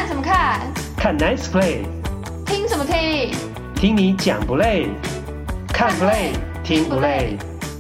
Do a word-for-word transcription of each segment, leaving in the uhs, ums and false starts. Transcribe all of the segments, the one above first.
看什么看？ 看 Nice Play。 听什么听？ 听你讲不累？看 Play 听不累？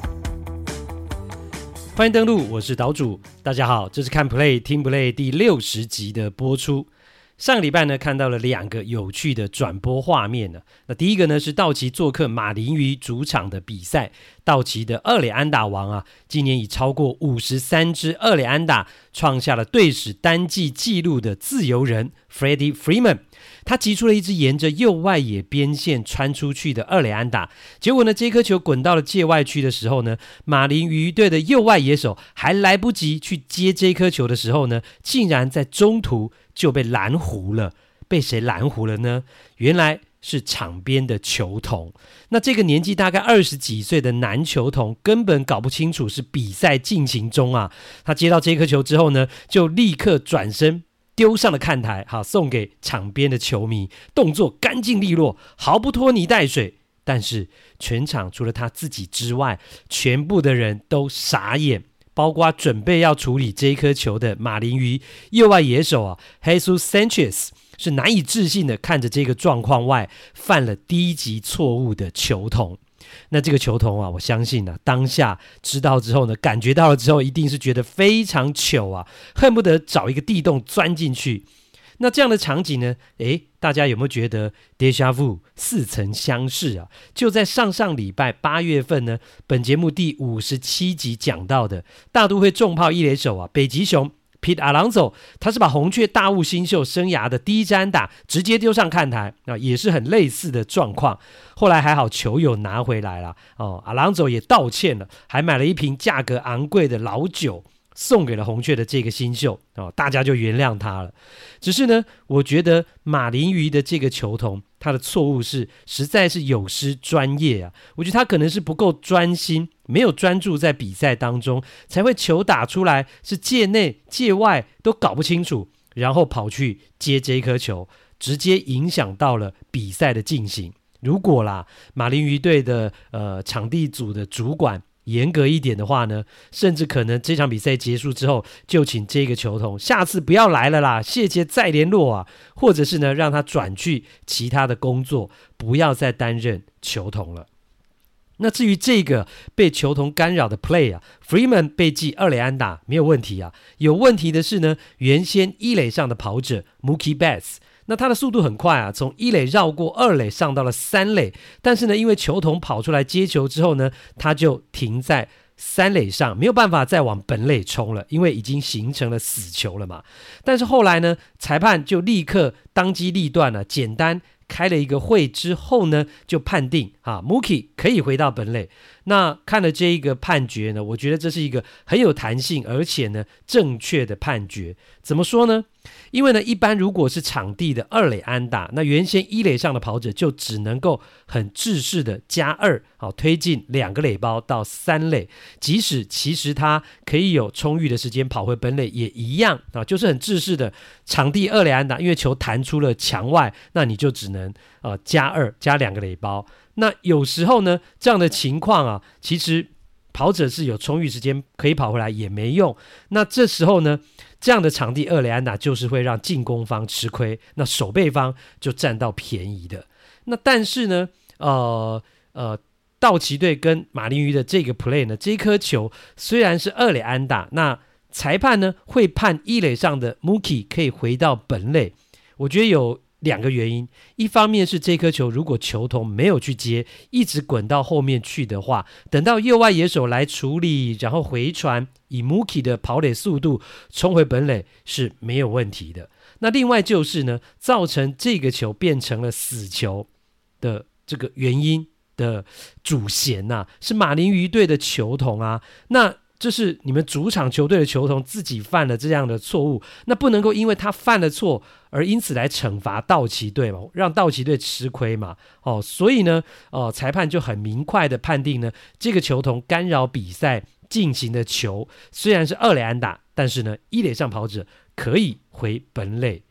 欢迎登录，我是岛主。大家好，这是看 Play 听不累第六十集的播出。上个礼拜呢，看到了两个有趣的转播画面呢。那第一个呢是道奇做客马林鱼主场的比赛，道奇的二垒安打王啊，今年已超过五十三支二垒安打，创下了队史单季纪录的自由人 Freddie Freeman。他击出了一支沿着右外野边线穿出去的二垒安打，结果呢，这颗球滚到了界外区的时候呢，马林鱼队的右外野手还来不及去接这颗球的时候呢，竟然在中途就被拦糊了。被谁拦糊了呢？原来是场边的球童。那这个年纪大概二十几岁的男球童根本搞不清楚是比赛进行中啊。他接到这颗球之后呢，就立刻转身丢上了看台，好送给场边的球迷，动作干净利落，毫不拖泥带水。但是全场除了他自己之外，全部的人都傻眼，包括准备要处理这一颗球的马林鱼右外野手啊 Jesus Sanchez 是难以置信的看着这个状况外犯了低级错误的球童。那这个球童啊，我相信啊，当下知道之后呢，感觉到了之后，一定是觉得非常糗啊，恨不得找一个地洞钻进去。那这样的场景呢，诶，大家有没有觉得 déjà vu 似曾相识啊？就在上上礼拜八月份呢，本节目第五十七集讲到的大都会重炮一垒手啊，北极熊Pete Alonso， 他是把红雀大物新秀生涯的第一支安打直接丢上看台，啊，也是很类似的状况。后来还好球友拿回来了，哦 ，Alonso 也道歉了，还买了一瓶价格昂贵的老酒送给了红雀的这个新秀，哦，大家就原谅他了。只是呢，我觉得马林鱼的这个球童，他的错误是实在是有失专业啊。我觉得他可能是不够专心，没有专注在比赛当中，才会球打出来是界内界外都搞不清楚，然后跑去接这颗球，直接影响到了比赛的进行。如果啦，马林鱼队的呃场地组的主管严格一点的话呢，甚至可能这场比赛结束之后，就请这个球童下次不要来了啦，谢谢再联络啊，或者是呢让他转去其他的工作，不要再担任球童了。那至于这个被球童干扰的 play 啊 ，Freeman 被记二垒安打没有问题啊，有问题的是呢，原先一垒上的跑者 Mookie Betts。那他的速度很快啊，从一垒绕过二垒上到了三垒，但是呢，因为球童跑出来接球之后呢，他就停在三垒上，没有办法再往本垒冲了，因为已经形成了死球了嘛。但是后来呢，裁判就立刻当机立断了，简单开了一个会之后呢，就判定啊 Mookie 可以回到本垒。那看了这一个判决呢，我觉得这是一个很有弹性而且呢正确的判决。怎么说呢？因为呢，一般如果是场地的二垒安打，那原先一垒上的跑者就只能够很制式的加二，好推进两个垒包到三垒，即使其实他可以有充裕的时间跑回本垒也一样啊，就是很制式的场地二垒安打，因为球弹出了墙外，那你就只能呃加二加两个垒包。那有时候呢，这样的情况啊，其实跑者是有充裕时间可以跑回来也没用。那这时候呢，这样的场地二垒安打就是会让进攻方吃亏，那守备方就占到便宜的。那但是呢，呃呃，道奇队跟马林鱼的这个 play 呢，这颗球虽然是二垒安打，那裁判呢会判一垒上的 Mookie 可以回到本垒。我觉得有两个原因，一方面是这颗球如果球童没有去接，一直滚到后面去的话，等到右外野手来处理，然后回传，以 Mookie 的跑垒速度冲回本垒是没有问题的。那另外就是呢，造成这个球变成了死球的这个原因的主嫌啊，是马林鱼队的球童啊。那这是你们主场球队的球童自己犯了这样的错误，那不能够因为他犯了错而因此来惩罚道奇队嘛，让道奇队吃亏嘛。哦，所以呢，呃，裁判就很明快的判定呢，这个球童干扰比赛进行的球虽然是二垒安打，但是呢，一垒上跑者可以回本垒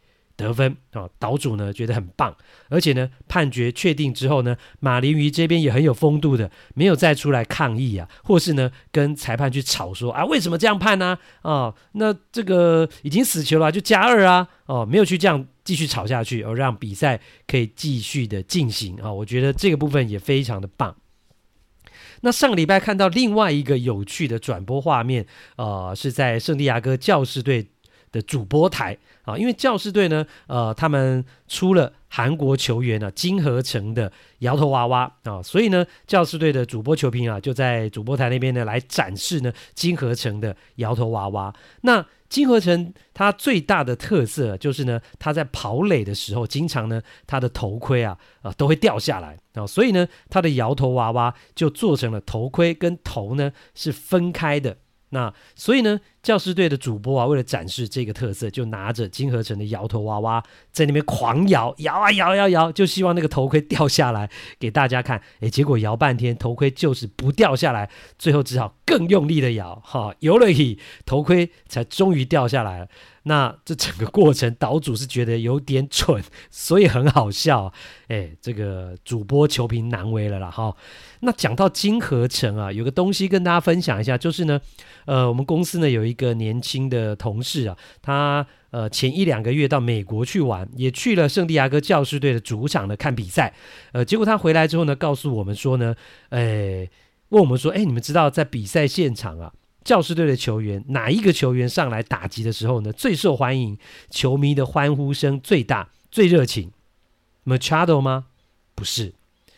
得分啊，岛主呢觉得很棒，而且呢判决确定之后呢，马林鱼这边也很有风度的，没有再出来抗议啊，或是呢跟裁判去吵说啊为什么这样判呢、啊？哦，那这个已经死球了，就加二啊，哦，没有去这样继续吵下去，而、哦、让比赛可以继续的进行啊、哦，我觉得这个部分也非常的棒。那上个礼拜看到另外一个有趣的转播画面，呃，是在圣地亚哥教士队的主播台啊，因为教士队呢，呃，他们出了韩国球员啊金河成的摇头娃娃啊，所以呢，教士队的主播球评啊就在主播台那边呢来展示呢金河成的摇头娃娃。那金河成他最大的特色就是呢，他在跑垒的时候，经常呢他的头盔啊啊、呃、都会掉下来啊，所以呢他的摇头娃娃就做成了头盔跟头呢是分开的。那所以呢，教士队的主播啊，为了展示这个特色，就拿着金河成的摇头娃娃在那边狂摇，摇啊摇摇摇，就希望那个头盔掉下来给大家看。诶，结果摇半天，头盔就是不掉下来，最后只好更用力的摇，哈，摇了一头盔才终于掉下来了。那这整个过程，岛主是觉得有点蠢，所以很好笑。哎，这个主播球评难为了啦哈。那讲到金河成啊，有个东西跟大家分享一下，就是呢，呃，我们公司呢有一个年轻的同事啊，他呃前一两个月到美国去玩，也去了圣地亚哥教士队的主场呢看比赛。呃，结果他回来之后呢，告诉我们说呢，哎，问我们说，哎，你们知道在比赛现场啊，教士队的球员哪一个球员上来打击的时候呢最受欢迎，球迷的欢呼声最大最热情？ Machado 吗？不是。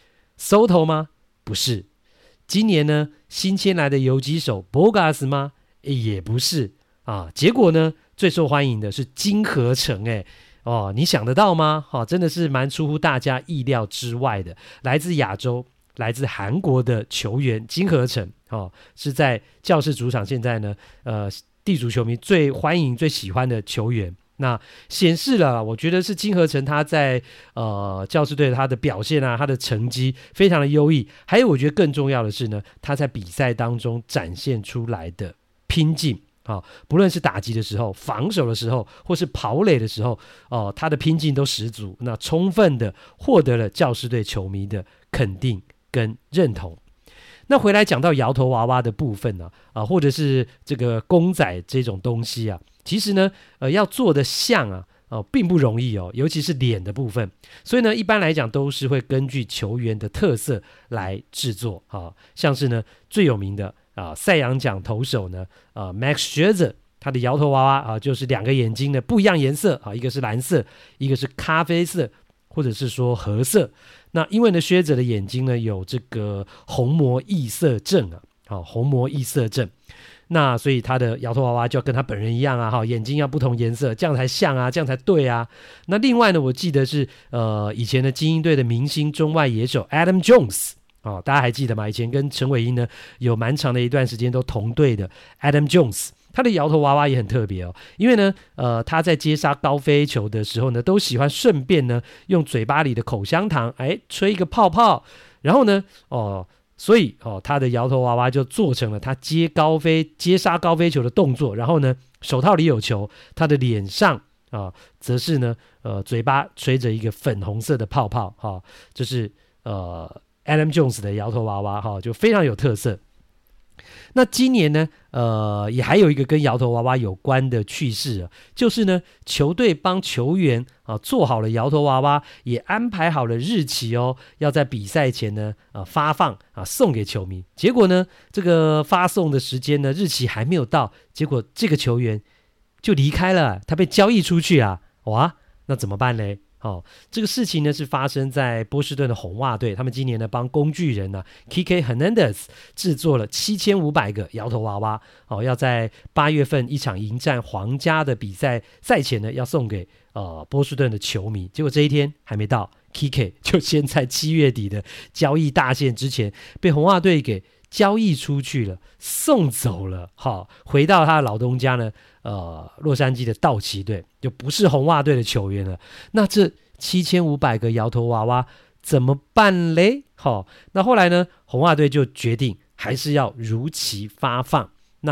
Soto 吗？不是。今年呢新签来的游击手 Bogas 吗？也不是啊。结果呢最受欢迎的是金河成。哎哦，你想得到吗？哦，真的是蛮出乎大家意料之外的，来自亚洲来自韩国的球员金河成。哦，是在教士主场现在呢呃地主球迷最欢迎最喜欢的球员。那显示了我觉得是金河成他在呃教士队他的表现啊，他的成绩非常的优异，还有我觉得更重要的是呢，他在比赛当中展现出来的拼劲啊、哦，不论是打击的时候，防守的时候，或是跑垒的时候哦，他的拼劲都十足，那充分的获得了教士队球迷的肯定跟认同。那回来讲到摇头娃娃的部分呢、啊，啊，或者是这个公仔这种东西啊，其实呢，呃，要做的像啊，哦、呃，并不容易哦，尤其是脸的部分。所以呢，一般来讲都是会根据球员的特色来制作啊，像是呢最有名的啊赛扬奖投手呢，啊 Max Scherzer， 他的摇头娃娃啊，就是两个眼睛的不一样颜色啊，一个是蓝色，一个是咖啡色，或者是说褐色。那因为呢，薛者的眼睛呢有这个虹膜异色症啊，好、哦，虹膜异色症，那所以他的摇头娃娃就要跟他本人一样啊，哈，眼睛要不同颜色，这样才像啊，这样才对啊。那另外呢，我记得是呃以前的精英队的明星中外野手 Adam Jones。哦，大家还记得吗？以前跟陈伟英呢有蛮长的一段时间都同队的 Adam Jones， 他的摇头娃娃也很特别哦，因为呢，呃，他在接杀高飞球的时候呢，都喜欢顺便呢用嘴巴里的口香糖，哎，吹一个泡泡，然后呢，哦，所以哦，他的摇头娃娃就做成了他接高飞接杀高飞球的动作，然后呢，手套里有球，他的脸上啊、哦，则是呢，呃，嘴巴吹着一个粉红色的泡泡，哈、哦，就是呃。Adam Jones 的摇头娃娃哈，就非常有特色。那今年呢，呃，也还有一个跟摇头娃娃有关的趣事啊，就是呢，球队帮球员啊做好了摇头娃娃，也安排好了日期哦，要在比赛前呢，呃，发放啊送给球迷。结果呢，这个发送的时间呢，日期还没有到，结果这个球员就离开了，他被交易出去啊，哇，那怎么办呢？哦，这个事情呢是发生在波士顿的红袜队，他们今年呢帮工具人呢、啊、K K Hernandez 制作了七千五百个摇头娃娃，哦，要在八月份一场迎战皇家的比赛赛前呢要送给呃波士顿的球迷，结果这一天还没到 ，K K 就先在七月底的交易大限之前被红袜队给交易出去了，送走了，好、哦，回到他的老东家呢。呃，洛杉矶的道奇队就不是红袜队的球员了。那这七千五百个摇头娃娃怎么办嘞？好、哦，那后来呢，红袜队就决定还是要如期发放。那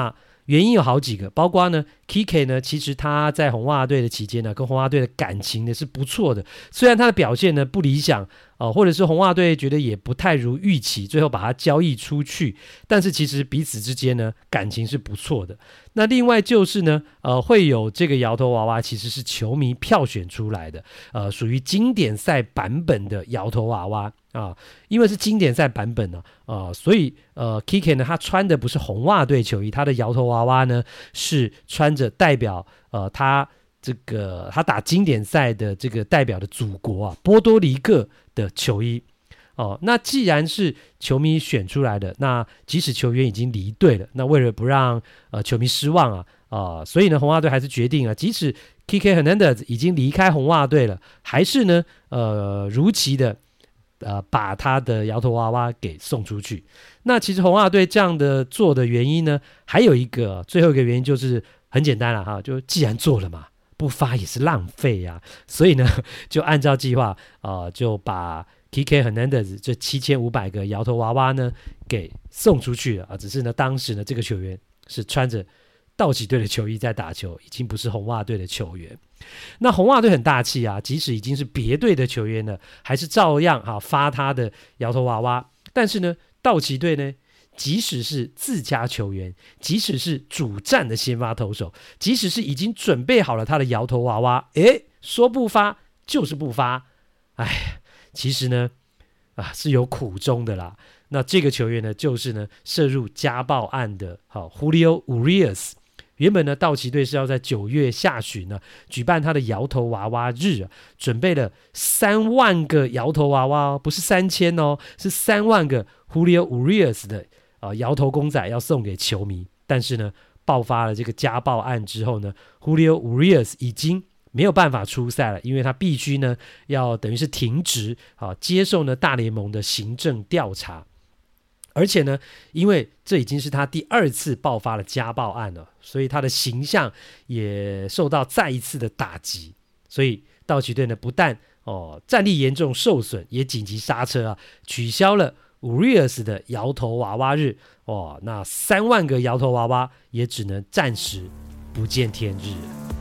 原因有好几个，包括呢 Kike 呢，其实他在红袜队的期间呢，跟红袜队的感情呢是不错的，虽然他的表现呢不理想、呃、或者是红袜队觉得也不太如预期，最后把他交易出去，但是其实彼此之间呢感情是不错的。那另外就是呢，呃，会有这个摇头娃娃其实是球迷票选出来的，呃，属于经典赛版本的摇头娃娃啊，因为是经典赛版本呢、啊，呃，所以呃 Kike 呢他穿的不是红袜队球衣，他的摇头娃娃呢是穿着代表呃他这个他打经典赛的这个代表的祖国啊波多黎各的球衣。哦，那既然是球迷选出来的，那即使球员已经离队了，那为了不让呃球迷失望啊啊、呃，所以呢红袜队还是决定了，即使 Kike Hernandez 已经离开红袜队了，还是呢呃如期的呃把他的摇头娃娃给送出去。那其实红袜队这样的做的原因呢，还有一个最后一个原因就是很简单了哈，就既然做了嘛，不发也是浪费呀、啊，所以呢就按照计划啊、呃、就把Kike Hernandez 这七千五百个摇头娃娃呢给送出去了啊！只是呢，当时呢这个球员是穿着道奇队的球衣在打球，已经不是红袜队的球员。那红袜队很大气啊，即使已经是别队的球员了，还是照样啊发他的摇头娃娃。但是呢，道奇队呢，即使是自家球员，即使是主战的先发投手，即使是已经准备好了他的摇头娃娃，诶，说不发就是不发，哎。其实呢，啊是有苦衷的啦。那这个球员呢，就是呢涉入家暴案的，好 Julio Urias。原本呢，道奇队是要在九月下旬呢举办他的摇头娃娃日啊，准备了三万个摇头娃娃哦，不是三千哦，是三万个 Julio Urias 的啊摇头公仔要送给球迷。但是呢，爆发了这个家暴案之后呢 ，Julio Urias 已经没有办法出赛了，因为他必须呢要等于是停职啊，接受呢大联盟的行政调查。而且呢，因为这已经是他第二次爆发了家暴案了，所以他的形象也受到再一次的打击。所以道奇队呢不但哦战力严重受损，也紧急刹车啊，取消了 Urias 的摇头娃娃日。哦，那三万个摇头娃娃也只能暂时不见天日。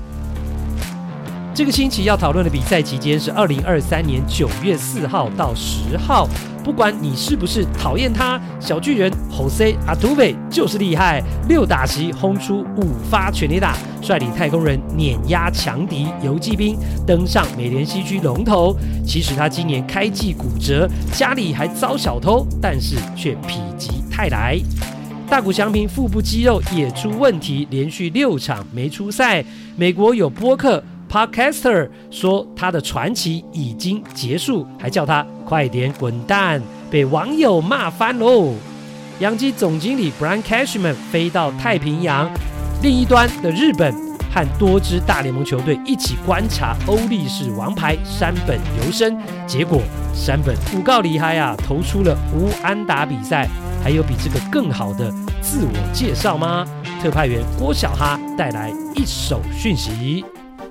这个星期要讨论的比赛期间是二零二三年九月四号到十号。不管你是不是讨厌他，小巨人 Jose Altuve 就是厉害，六打席轰出五发全垒打，率领太空人碾压强敌游骑兵，登上美联西区龙头。其实他今年开季骨折，家里还遭小偷，但是却否极泰来。大谷翔平腹部肌肉也出问题，连续六场没出赛。美国有播客Podcaster 说他的传奇已经结束，还叫他快点滚蛋，被网友骂翻喽。洋基总经理 Brian Cashman 飞到太平洋另一端的日本，和多支大联盟球队一起观察欧力士王牌山本由伸。结果山本不告厉害啊，投出了无安打比赛。还有比这个更好的自我介绍吗？特派员郭小哈带来一手讯息。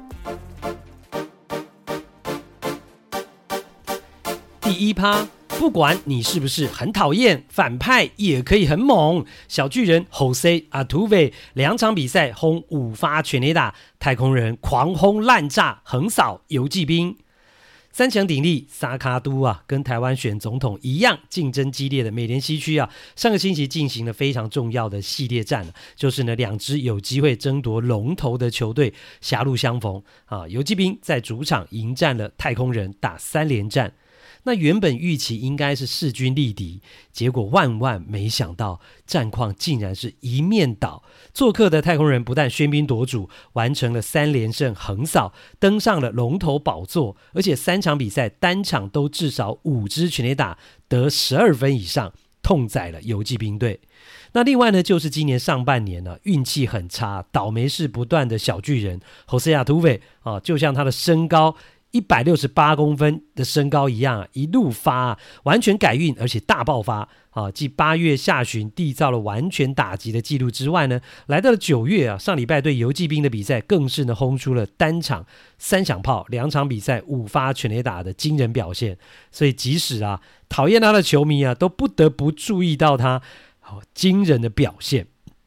第一趴，不管你是不是很讨厌，反派也可以很猛。小巨人 Jose Altuve 两场比赛轰五发全垒打，太空人狂轰滥炸，横扫游骑兵。三强鼎立萨卡都啊，跟台湾选总统一样竞争激烈的美联西区啊，上个星期进行了非常重要的系列战、啊、就是呢两支有机会争夺龙头的球队狭路相逢啊，游骑兵在主场迎战了太空人，打三连战。那原本预期应该是势均力敌，结果万万没想到战况竟然是一面倒。做客的太空人不但喧宾夺主，完成了三连胜横扫，登上了龙头宝座，而且三场比赛单场都至少五支全垒打，得十二分以上，痛宰了游骑兵队。那另外呢，就是今年上半年呢、啊，运气很差，倒霉事不断的小巨人 Jose Altuve 啊，就像他的身高一百六十八公分的身高一样、啊、一路发、啊、完全改运，而且大爆发啊！继八月下旬缔造了完全打击的记录之外呢，来到了九月啊，上礼拜对游骑兵的比赛更是呢轰出了单场三响炮，两场比赛五发全垒打的惊人表现。所以即使啊讨厌他的球迷啊，都不得不注意到他、哦、惊人的表现。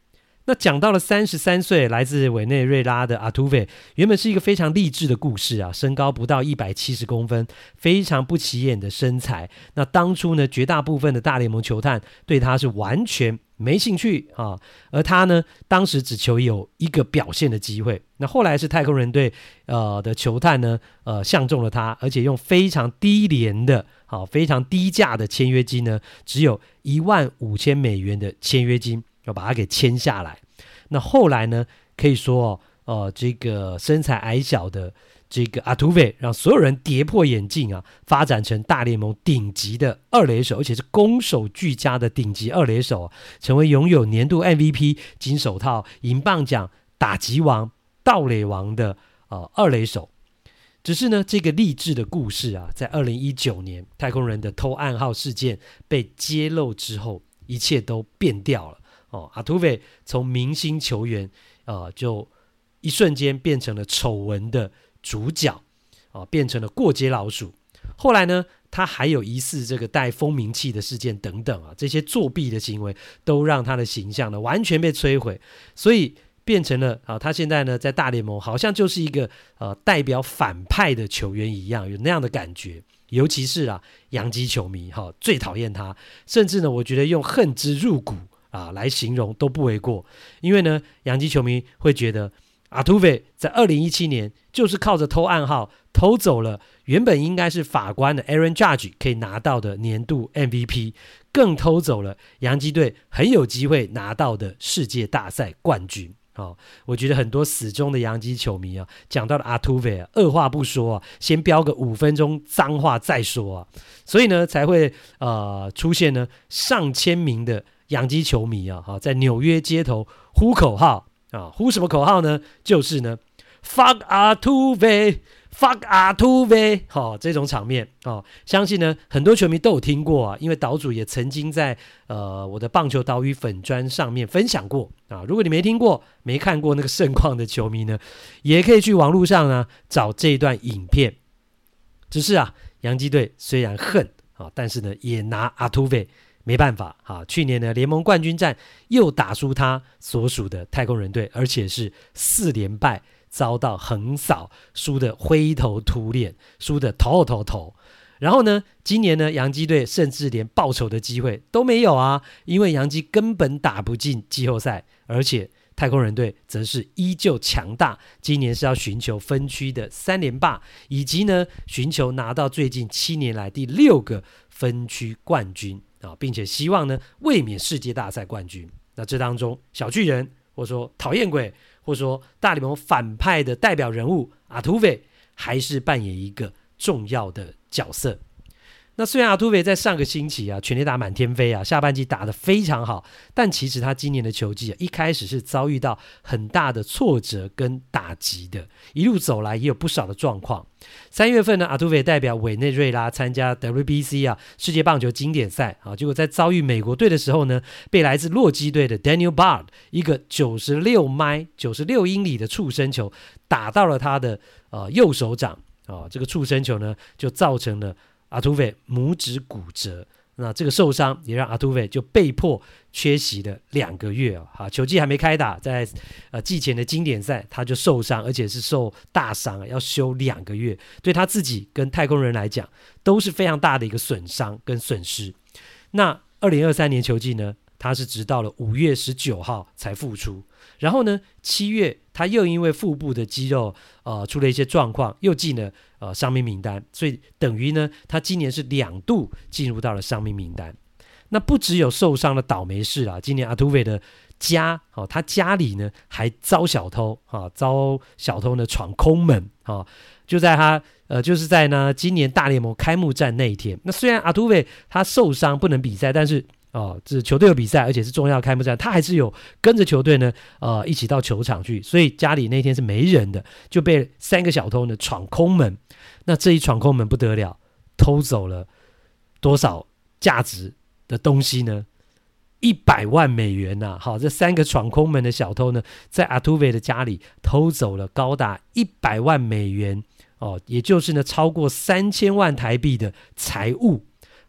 那讲到了三十三岁，来自委内瑞拉的阿图韦，原本是一个非常励志的故事啊，身高不到一百七十公分，非常不起眼的身材。那当初呢，绝大部分的大联盟球探对他是完全没兴趣啊，而他呢，当时只求有一个表现的机会。那后来是太空人队呃的球探呢，呃相中了他，而且用非常低廉的、啊非常低价的签约金呢，只有一万五千美元的签约金。要把他给签下来。那后来呢，可以说呃，这个身材矮小的这个阿图韦让所有人跌破眼镜啊，发展成大联盟顶级的二垒手，而且是攻守俱佳的顶级二垒手，成为拥有年度 M V P、金手套、银棒奖、打击王、盗垒王的呃二垒手。只是呢，这个励志的故事啊，在二零一九年太空人的偷暗号事件被揭露之后，一切都变掉了。哦，阿图韦从明星球员，呃，就一瞬间变成了丑闻的主角，哦，变成了过街老鼠。后来呢，他还有疑似这个带蜂鸣器的事件等等啊，这些作弊的行为都让他的形象呢完全被摧毁，所以变成了啊，他现在呢在大联盟好像就是一个呃代表反派的球员一样，有那样的感觉。尤其是啊，洋基球迷哈、哦、最讨厌他，甚至呢，我觉得用恨之入骨啊来形容都不为过。因为呢，洋基球迷会觉得阿图韦在二零一七年就是靠着偷暗号偷走了原本应该是法官的 Aaron Judge 可以拿到的年度 M V P， 更偷走了洋基队很有机会拿到的世界大赛冠军。哦，我觉得很多死忠的洋基球迷啊，讲到了阿图韦啊，二话不说啊，先飙个五分钟脏话再说啊，所以呢才会呃出现呢上千名的洋基球迷啊，啊在纽约街头呼口号啊，呼什么口号呢？就是呢 ，fuck 阿图韦。fuck 阿图韦，好，这种场面哦，相信呢很多球迷都有听过啊，因为岛主也曾经在呃我的棒球岛屿粉专上面分享过啊。如果你没听过、没看过那个盛况的球迷呢，也可以去网络上呢找这一段影片。只是啊，洋基队虽然恨啊，但是呢也拿阿图韦没办法啊。去年呢联盟冠军战又打输他所属的太空人队，而且是四连败。遭到横扫，输得灰头土脸，输得头头头。然后呢，今年呢，洋基队甚至连报仇的机会都没有啊，因为洋基根本打不进季后赛，而且太空人队则是依旧强大，今年是要寻求分区的三连霸，以及呢，寻求拿到最近七年来第六个分区冠军啊，并且希望呢，卫冕世界大赛冠军。那这当中，小巨人或者说讨厌鬼。或者说大联盟反派的代表人物阿图韦还是扮演一个重要的角色。那虽然阿图韦在上个星期啊全垒打满天飞啊，下半季打得非常好，但其实他今年的球季啊一开始是遭遇到很大的挫折跟打击的，一路走来也有不少的状况。三月份呢，阿图韦代表委内瑞拉参加 W B C 啊世界棒球经典赛啊，结果在遭遇美国队的时候呢，被来自洛基队的 Daniel Bard 一个九十六迈九十六英里的触身球打到了他的呃右手掌啊，这个触身球呢就造成了阿图韦拇指骨折，那这个受伤也让阿图韦就被迫缺席了两个月啊，球季还没开打，在呃季前的经典赛他就受伤，而且是受大伤，要休两个月，对他自己跟太空人来讲都是非常大的一个损伤跟损失。那二零二三年球季呢，他是直到了五月十九号才复出，然后呢七月他又因为腹部的肌肉呃出了一些状况，又进了呃伤兵名单，所以等于呢他今年是两度进入到了伤兵名单。那不只有受伤的倒霉事啦，今年阿图韦的家、哦、他家里呢还遭小偷、哦、遭小偷呢闯空门、哦、就在他呃就是在呢今年大联盟开幕战那一天。那虽然阿图韦他受伤不能比赛，但是哦，这球队有比赛，而且是重要的开幕战，他还是有跟着球队呢，呃，一起到球场去，所以家里那天是没人的，就被三个小偷呢闯空门。那这一闯空门不得了，偷走了多少价值的东西呢？一百万美元呐、啊！好，这三个闯空门的小偷呢，在阿图韦的家里偷走了高达一百万美元哦，也就是呢超过三千万台币的财物。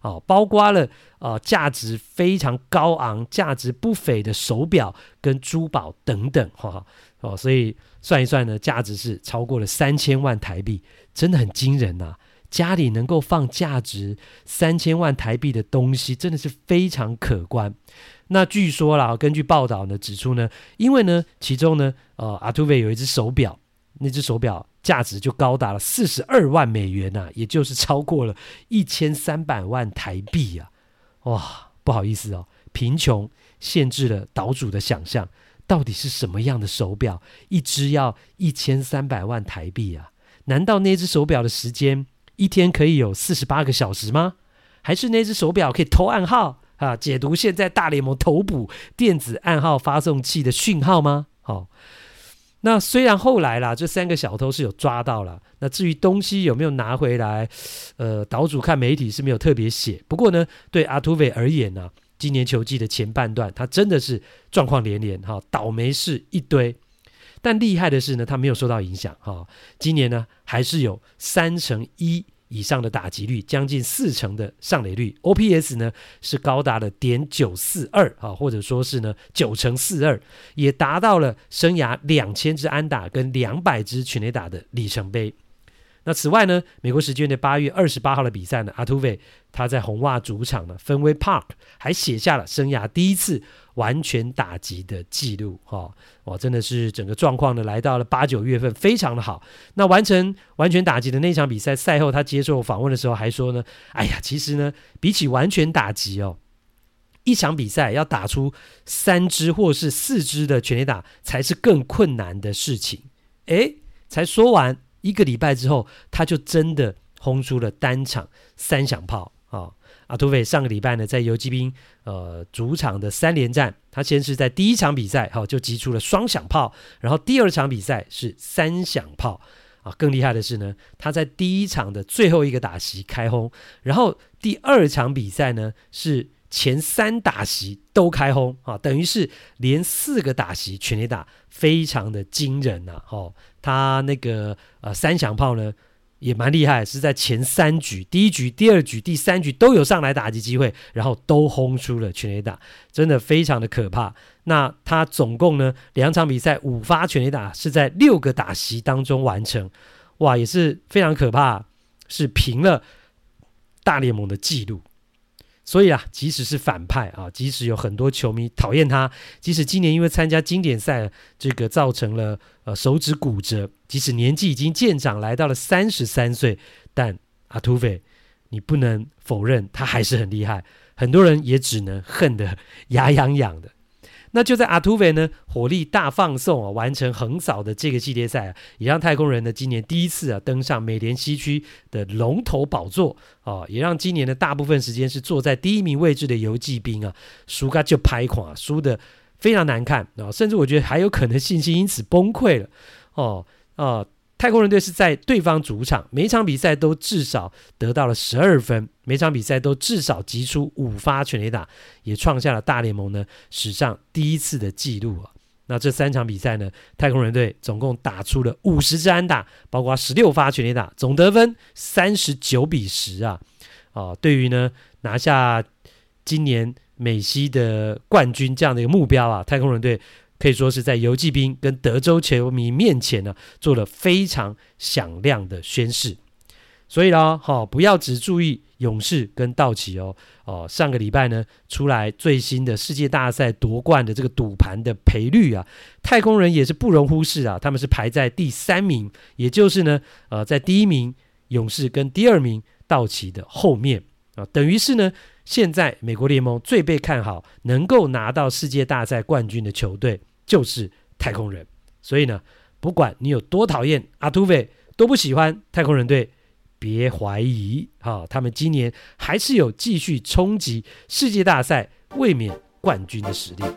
哦，包括了呃价值非常高昂、价值不菲的手表跟珠宝等等，哈、哦，所以算一算呢，价值是超过了三千万台币，真的很惊人呐、啊。家里能够放价值三千万台币的东西，真的是非常可观。那据说啦，根据报道呢指出呢，因为呢其中呢呃阿图韦有一只手表，那只手表价值就高达了四十二万美元呐、啊，也就是超过了一千三百万台币啊！哇，不好意思哦，贫穷限制了岛主的想象，到底是什么样的手表，一只要一千三百万台币啊？难道那只手表的时间一天可以有四十八个小时吗？还是那只手表可以偷暗号啊，解读现在大联盟投捕电子暗号发送器的讯号吗？哦，那虽然后来啦，这三个小偷是有抓到了，那至于东西有没有拿回来，呃，岛主看媒体是没有特别写。不过呢，对阿图韦而言呢、啊，今年球季的前半段，他真的是状况连连，哈，倒霉事一堆。但厉害的是呢，他没有受到影响，哈，今年呢还是有三成一以上的打击率，将近四成的上垒率 ，O P S 呢是高达了点九四二啊，或者说是呢九乘四二，也达到了生涯两千支安打跟两百支全垒打的里程碑。那此外呢，美国时间的八月二十八号的比赛呢，阿图韦他在红袜主场呢芬威 Park 还写下了生涯第一次完全打击的记录，哦，哇，真的是整个状况呢来到了八九月份非常的好。那完成完全打击的那场比赛赛后，他接受访问的时候还说呢，哎呀，其实呢比起完全打击哦，一场比赛要打出三支或是四支的全垒打才是更困难的事情。诶，才说完一个礼拜之后，他就真的轰出了单场三响炮啊！哦，阿图韦上个礼拜呢，在游骑兵呃主场的三连战，他先是在第一场比赛，哦，就击出了双响炮，然后第二场比赛是三响炮啊！更厉害的是呢，他在第一场的最后一个打席开轰，然后第二场比赛呢是前三打席都开轰啊，等于是连四个打席全垒打，非常的惊人呐，啊！哦，他那个呃三响炮呢也蛮厉害，是在前三局，第一局、第二局、第三局都有上来打击机会，然后都轰出了全垒打，真的非常的可怕。那他总共呢两场比赛五发全垒打是在六个打席当中完成，哇，也是非常可怕，是平了大联盟的纪录。所以啊，即使是反派啊，即使有很多球迷讨厌他，即使今年因为参加经典赛这个造成了呃手指骨折，即使年纪已经渐长来到了三十三岁，但阿图韦你不能否认他还是很厉害，很多人也只能恨得牙痒痒的。那就在阿图韦呢火力大放送啊，完成横扫的这个系列赛啊，也让太空人呢今年第一次啊登上美联西区的龙头宝座啊，也让今年的大部分时间是坐在第一名位置的游骑兵啊，输个就拍垮，输的非常难看啊，甚至我觉得还有可能信心因此崩溃了哦哦。太空人队是在对方主场，每一场比赛都至少得到了十二分，每场比赛都至少击出五发全垒打，也创下了大联盟呢史上第一次的纪录啊。那这三场比赛呢，太空人队总共打出了五十支安打，包括十六发全垒打，总得分三十九比十啊。啊，对于呢拿下今年美西的冠军这样的一个目标啊，太空人队可以说是在游骑兵跟德州球迷面前呢，做了非常响亮的宣示。所以呢，哦，不要只注意勇士跟道奇哦，哦，上个礼拜呢出来最新的世界大赛夺冠的这个赌盘的赔率啊，太空人也是不容忽视啊，他们是排在第三名，也就是呢，呃，在第一名勇士跟第二名道奇的后面啊，等于是呢。现在美国联盟最被看好能够拿到世界大赛冠军的球队就是太空人，所以呢，不管你有多讨厌阿图韦，都不喜欢太空人队，别怀疑，哦，他们今年还是有继续冲击世界大赛卫冕冠军的实力。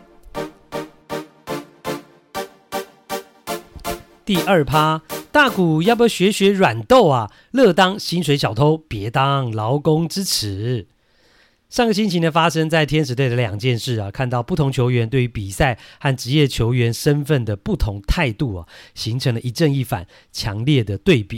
第二趴，大谷要不要学学软豆啊？乐当薪水小偷，别当劳工之耻。上个星期呢，发生在天使队的两件事啊，看到不同球员对于比赛和职业球员身份的不同态度啊，形成了一正一反强烈的对比。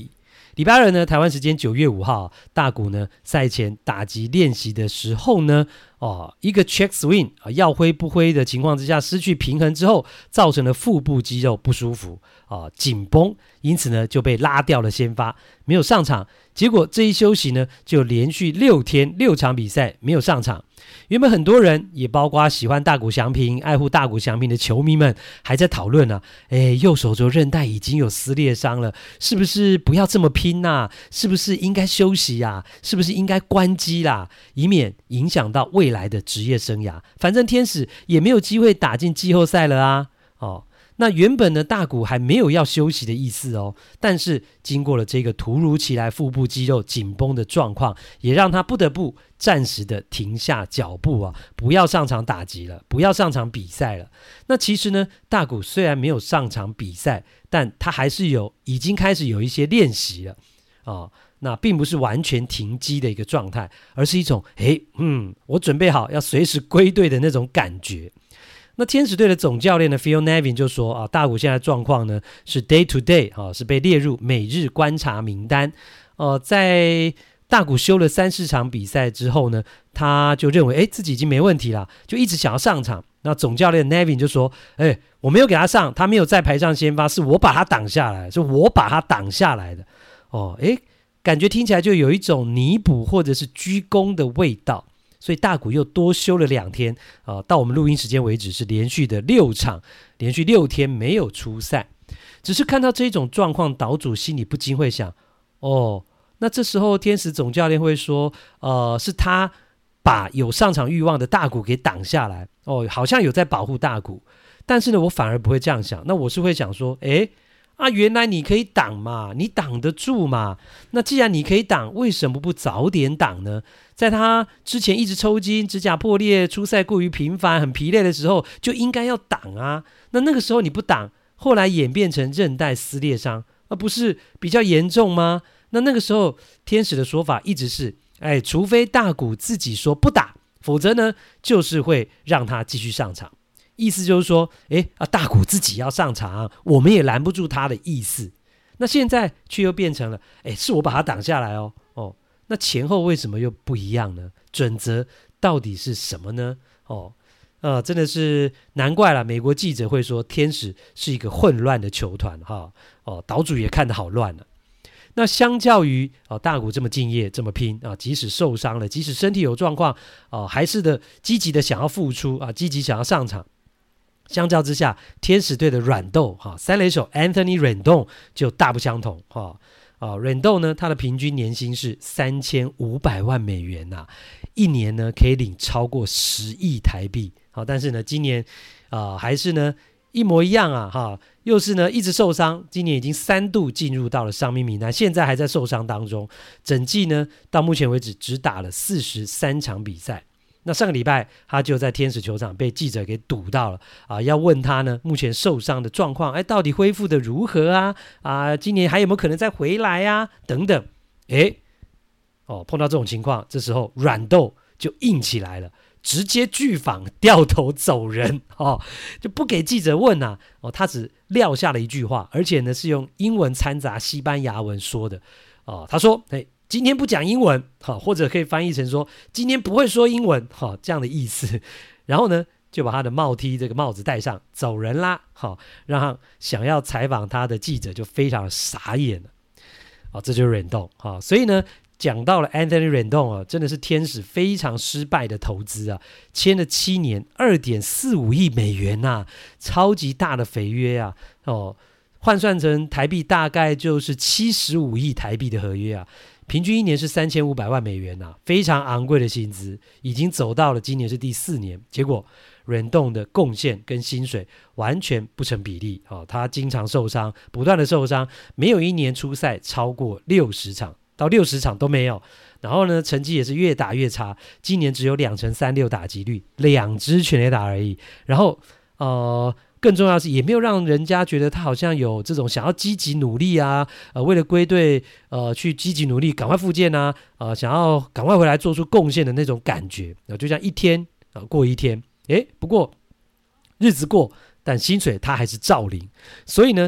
礼拜二呢，台湾时间九月五号，大谷呢赛前打击练习的时候呢，哦，一个 check swing 啊，要挥不挥的情况之下失去平衡之后，造成了腹部肌肉不舒服啊，紧绷，因此呢就被拉掉了先发，没有上场。结果这一休息呢，就连续六天六场比赛没有上场。原本很多人，也包括喜欢大谷翔平、爱护大谷翔平的球迷们，还在讨论啊，哎，右手肘韧带已经有撕裂伤了，是不是不要这么拼啊？是不是应该休息啊？是不是应该关机啦？以免影响到未来的职业生涯。反正天使也没有机会打进季后赛了啊！哦。那原本呢，大谷还没有要休息的意思哦，但是经过了这个突如其来腹部肌肉紧绷的状况，也让他不得不暂时的停下脚步啊，不要上场打击了，不要上场比赛了。那其实呢，大谷虽然没有上场比赛，但他还是有已经开始有一些练习了啊、哦。那并不是完全停机的一个状态，而是一种诶嗯，我准备好要随时归队的那种感觉。那天使队的总教练呢 Phil Nevin 就说啊，大谷现在状况呢是 day to day 啊，是被列入每日观察名单。呃，在大谷休了三四场比赛之后呢，他就认为哎自己已经没问题了，就一直想要上场。那总教练 Nevin 就说，哎，我没有给他上，他没有在排上先发，是我把他挡下来，是我把他挡下来的。哦，哎，感觉听起来就有一种弥补或者是居功的味道。所以大谷又多休了两天、呃、到我们录音时间为止是连续的六场，连续六天没有出赛。只是看到这种状况，岛主心里不禁会想，哦，那这时候天使总教练会说，呃，是他把有上场欲望的大谷给挡下来，哦，好像有在保护大谷。但是呢，我反而不会这样想，那我是会想说，诶啊，原来你可以挡嘛，你挡得住嘛？那既然你可以挡，为什么不早点挡呢？在他之前一直抽筋、指甲破裂、出赛过于频繁、很疲累的时候，就应该要挡啊。那那个时候你不挡，后来演变成韧带撕裂伤，而不是比较严重吗？那那个时候天使的说法一直是，哎，除非大谷自己说不打，否则呢，就是会让他继续上场。意思就是说，诶啊，大谷自己要上场，我们也拦不住他的意思。那现在却又变成了，诶，是我把他挡下来哦。哦，那前后为什么又不一样呢？准则到底是什么呢？哦，呃，真的是难怪了。美国记者会说，天使是一个混乱的球团哈。哦，岛主也看得好乱了。那相较于、哦、大谷这么敬业这么拼啊，即使受伤了，即使身体有状况、啊、还是的积极的想要付出啊，积极想要上场。相较之下，天使队的软豆哈三垒手 Anthony Rendon 就大不相同哈啊 Rendon 呢，他的平均年薪是三千五百万美元呐、啊，一年呢可以领超过十亿台币。好，但是呢，今年啊、呃、还是呢一模一样啊哈，又是呢一直受伤，今年已经三度进入到了伤病名单，现在还在受伤当中。整季呢到目前为止只打了四十三场比赛。那上个礼拜他就在天使球场被记者给堵到了啊，要问他呢目前受伤的状况，哎，到底恢复的如何啊？啊，今年还有没有可能再回来啊？等等，哎，哦，碰到这种情况，这时候软豆就硬起来了，直接拒访，掉头走人哦，就不给记者问啊。哦，他只撂下了一句话，而且呢是用英文掺杂西班牙文说的。哦，他说，哎。今天不讲英文，或者可以翻译成说今天不会说英文，这样的意思。然后呢，就把他的帽 T 这个帽子戴上，走人啦。让想要采访他的记者就非常傻眼了。这就是 Rendon。所以呢，讲到了 Anthony Rendon 真的是天使非常失败的投资啊，签了七年 二点四五亿美元啊，超级大的肥约啊。哦，换算成台币大概就是七十五亿台币的合约啊。平均一年是三千五百万美元啊，非常昂贵的薪资，已经走到了今年是第四年。结果 Rendon 的贡献跟薪水完全不成比例、哦、他经常受伤，不断的受伤，没有一年出赛超过六十场，到六十场都没有。然后呢，成绩也是越打越差，今年只有两成三六打击率，两支全垒打而已。然后呃。更重要的是，也没有让人家觉得他好像有这种想要积极努力啊，呃，为了归队，呃，去积极努力，赶快复健啊，呃，想要赶快回来做出贡献的那种感觉。呃、就像一天、呃、过一天，诶，不过日子过，但薪水他还是照领。所以呢，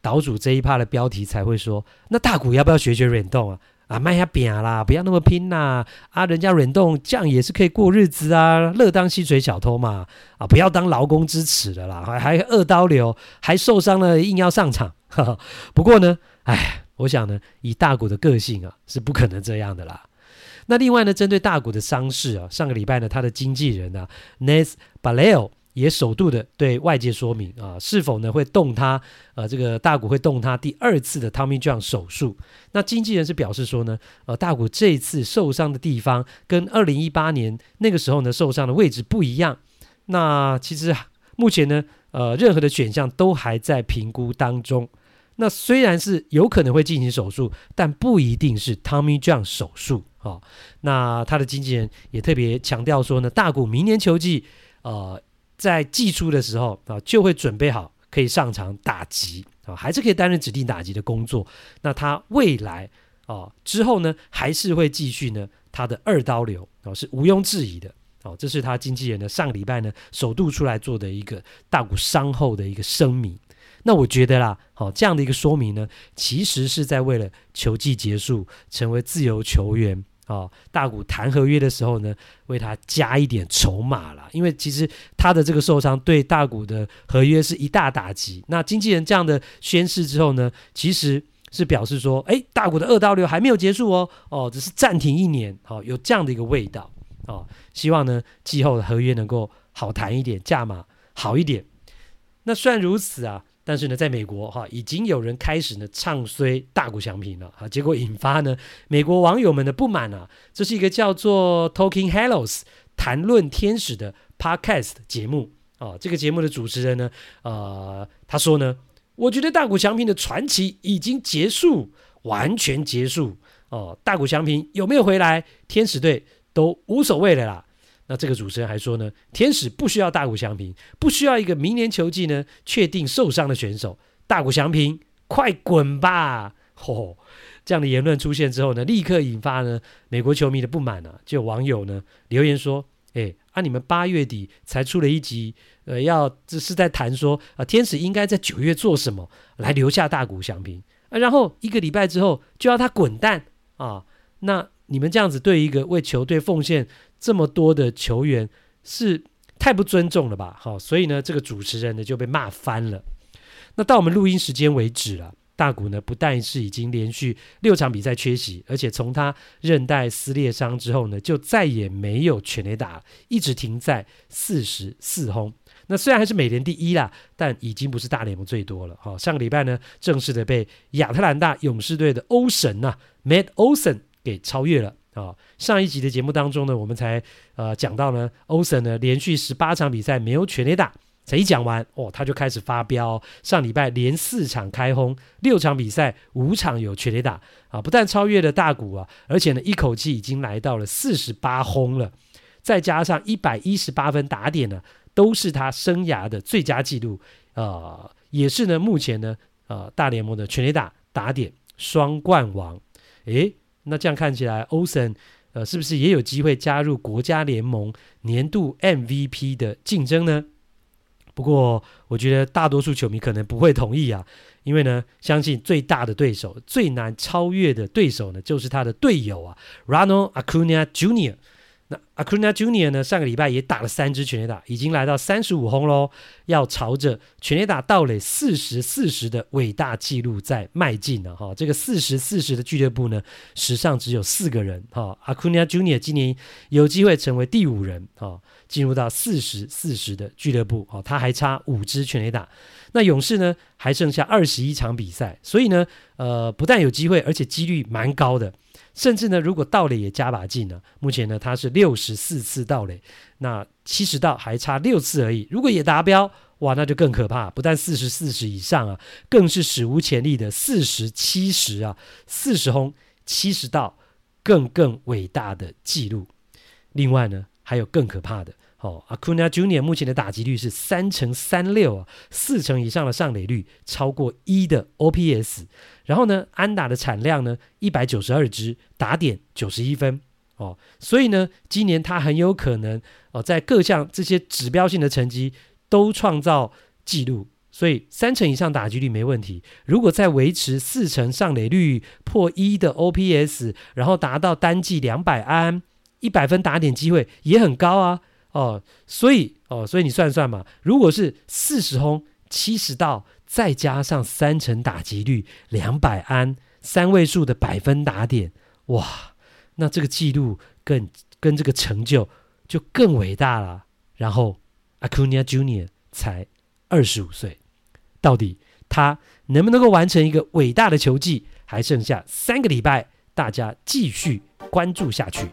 岛主这一趴的标题才会说，那大谷要不要学学忍动啊？啊，卖下饼啦，不要那么拼啦！啊，人家忍动这样也是可以过日子啊，乐当薪水小偷嘛！啊，不要当劳工之耻了啦，还还二刀流，还受伤了硬要上场。呵呵不过呢，哎，我想呢，以大谷的个性啊，是不可能这样的啦。那另外呢，针对大谷的伤势啊，上个礼拜呢，他的经纪人啊 Nez Baleo 也首度的对外界说明啊，是否呢会动他呃这个大谷会动他第二次的 Tommy John 手术。那经纪人是表示说呢，呃大谷这一次受伤的地方跟二零一八年那个时候呢受伤的位置不一样。那其实目前呢，呃任何的选项都还在评估当中。那虽然是有可能会进行手术，但不一定是 Tommy John 手术。哦，那他的经纪人也特别强调说呢，大谷明年球季呃在季初的时候啊，就会准备好可以上场打击啊，还是可以担任指定打击的工作。那他未来啊之后呢，还是会继续呢他的二刀流啊，是毋庸置疑的。哦，这是他经纪人呢上礼拜呢首度出来做的一个大谷伤后的一个声明。那我觉得啦，好、哦、这样的一个说明呢，其实是在为了球季结束成为自由球员。哦，大谷谈合约的时候呢，为他加一点筹码啦，因为其实他的这个受伤对大谷的合约是一大打击。那经纪人这样的宣示之后呢，其实是表示说，哎，大谷的二刀流还没有结束哦，哦，只是暂停一年，哦，有这样的一个味道，哦，希望呢季后的合约能够好谈一点，价码好一点。那虽然如此啊。但是呢，在美国哈，已经有人开始呢唱衰大谷翔平了啊，结果引发呢美国网友们的不满啊。这是一个叫做 Talking Hellos 谈论天使的 Podcast 节目啊。这个节目的主持人呢，呃，他说呢，我觉得大谷翔平的传奇已经结束，完全结束哦。大谷翔平有没有回来，天使队都无所谓了啦。那这个主持人还说呢，天使不需要大谷翔平，不需要一个明年球季呢确定受伤的选手，大谷翔平快滚吧！哦，这样的言论出现之后呢，立刻引发呢美国球迷的不满啊，就有网友呢留言说，哎，啊你们八月底才出了一集，呃，要这是在谈说啊，天使应该在九月做什么来留下大谷翔平啊，然后一个礼拜之后就要他滚蛋啊，那你们这样子对一个为球队奉献这么多的球员是太不尊重了吧？好，所以呢，这个主持人呢就被骂翻了。那到我们录音时间为止了，大谷呢不但是已经连续六场比赛缺席，而且从他韧带撕裂伤之后呢，就再也没有全垒打，一直停在四十四轰。那虽然还是美联第一啦，但已经不是大联盟最多了。好，上个礼拜呢，正式的被亚特兰大勇士队的欧神啊 Matt Olson 给超越了。哦、上一集的节目当中呢，我们才呃讲到呢，欧森呢连续十八场比赛没有全垒打，才一讲完哦，他就开始发飙、哦。上礼拜连四场开轰，六场比赛五场有全垒打啊，不但超越了大谷啊，而且呢一口气已经来到了四十八轰了，再加上一百一十八分打点呢，都是他生涯的最佳纪录，呃，也是呢目前呢呃大联盟的全垒打打点双冠王，诶。那这样看起来，欧森呃是不是也有机会加入国家联盟年度 M V P 的竞争呢？不过我觉得大多数球迷可能不会同意啊，因为呢，相信最大的对手、最难超越的对手呢，就是他的队友啊 ，Ronald Acuna Junior那 Acuna Junior 呢，上个礼拜也打了三支全垒打，已经来到三十五轰喽，要朝着全垒打盗垒四十四十的伟大纪录在迈进了哈。这个四十四十的俱乐部呢，史上只有四个人哈。Acuna Junior 今年有机会成为第五人哈，进入到四十四十的俱乐部哈，他还差五支全垒打。那勇士呢，还剩下二十一场比赛，所以呢，呃，不但有机会，而且几率蛮高的。甚至呢，如果盗垒也加把劲呢，目前呢他是六十四次盗垒，那七十盗还差六次而已。如果也达标，哇，那就更可怕，不但四十四十以上啊，更是史无前例的四十七十啊，四十轰七十盗，更更伟大的纪录。另外呢，还有更可怕的。哦 Acuna Junior 目前的打击率是三成三六啊，四成以上的上垒率，超过一的 O P S， 然后呢，安打的产量呢一百九十二支，打点九十一分哦，所以呢，今年他很有可能哦，在各项这些指标性的成绩都创造纪录， 所以三成以上打击率没问题。如果再维持四成上垒率、破一的 O P S， 然后达到单季两百安，一百分打点机会也很高啊。哦，所以哦，所以你算算嘛，如果是四十轰、七十盗，再加上三成打击率、两百安、三位数的百分打点，哇，那这个记录更跟这个成就就更伟大了。然后 Acuna Junior 才二十五岁，到底他能不能够完成一个伟大的球季？还剩下三个礼拜，大家继续关注下去。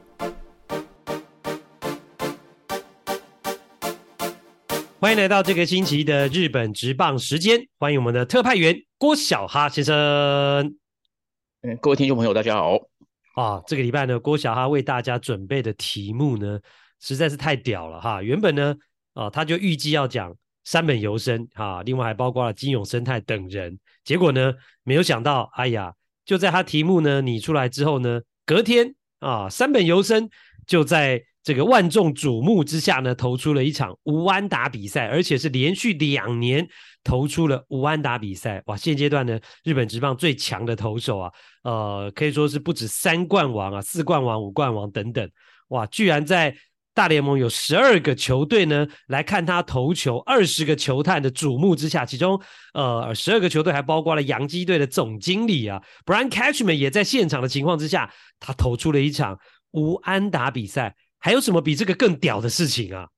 欢迎来到这个星期的日本职棒时间，欢迎我们的特派员郭小哈先生。 嗯，各位听众朋友，大家好。 啊，这个礼拜呢，郭小哈为大家准备的题目呢，实在是太屌了哈！原本呢，啊，他就预计要讲山本由伸哈，另外还包括了金永生态等人，结果呢，没有想到，哎呀，就在他题目呢拟出来之后呢，隔天啊，山本由伸就在这个万众瞩目之下呢，投出了一场无安打比赛，而且是连续两年投出了无安打比赛。哇，现阶段呢，日本职棒最强的投手啊，呃，可以说是不止三冠王啊，四冠王、五冠王等等。哇，居然在大联盟有十二个球队呢来看他投球，二十个球探的瞩目之下，其中呃十二个球队还包括了洋基队的总经理啊 Brian Cashman 也在现场的情况之下，他投出了一场无安打比赛。还有什么比这个更屌的事情啊？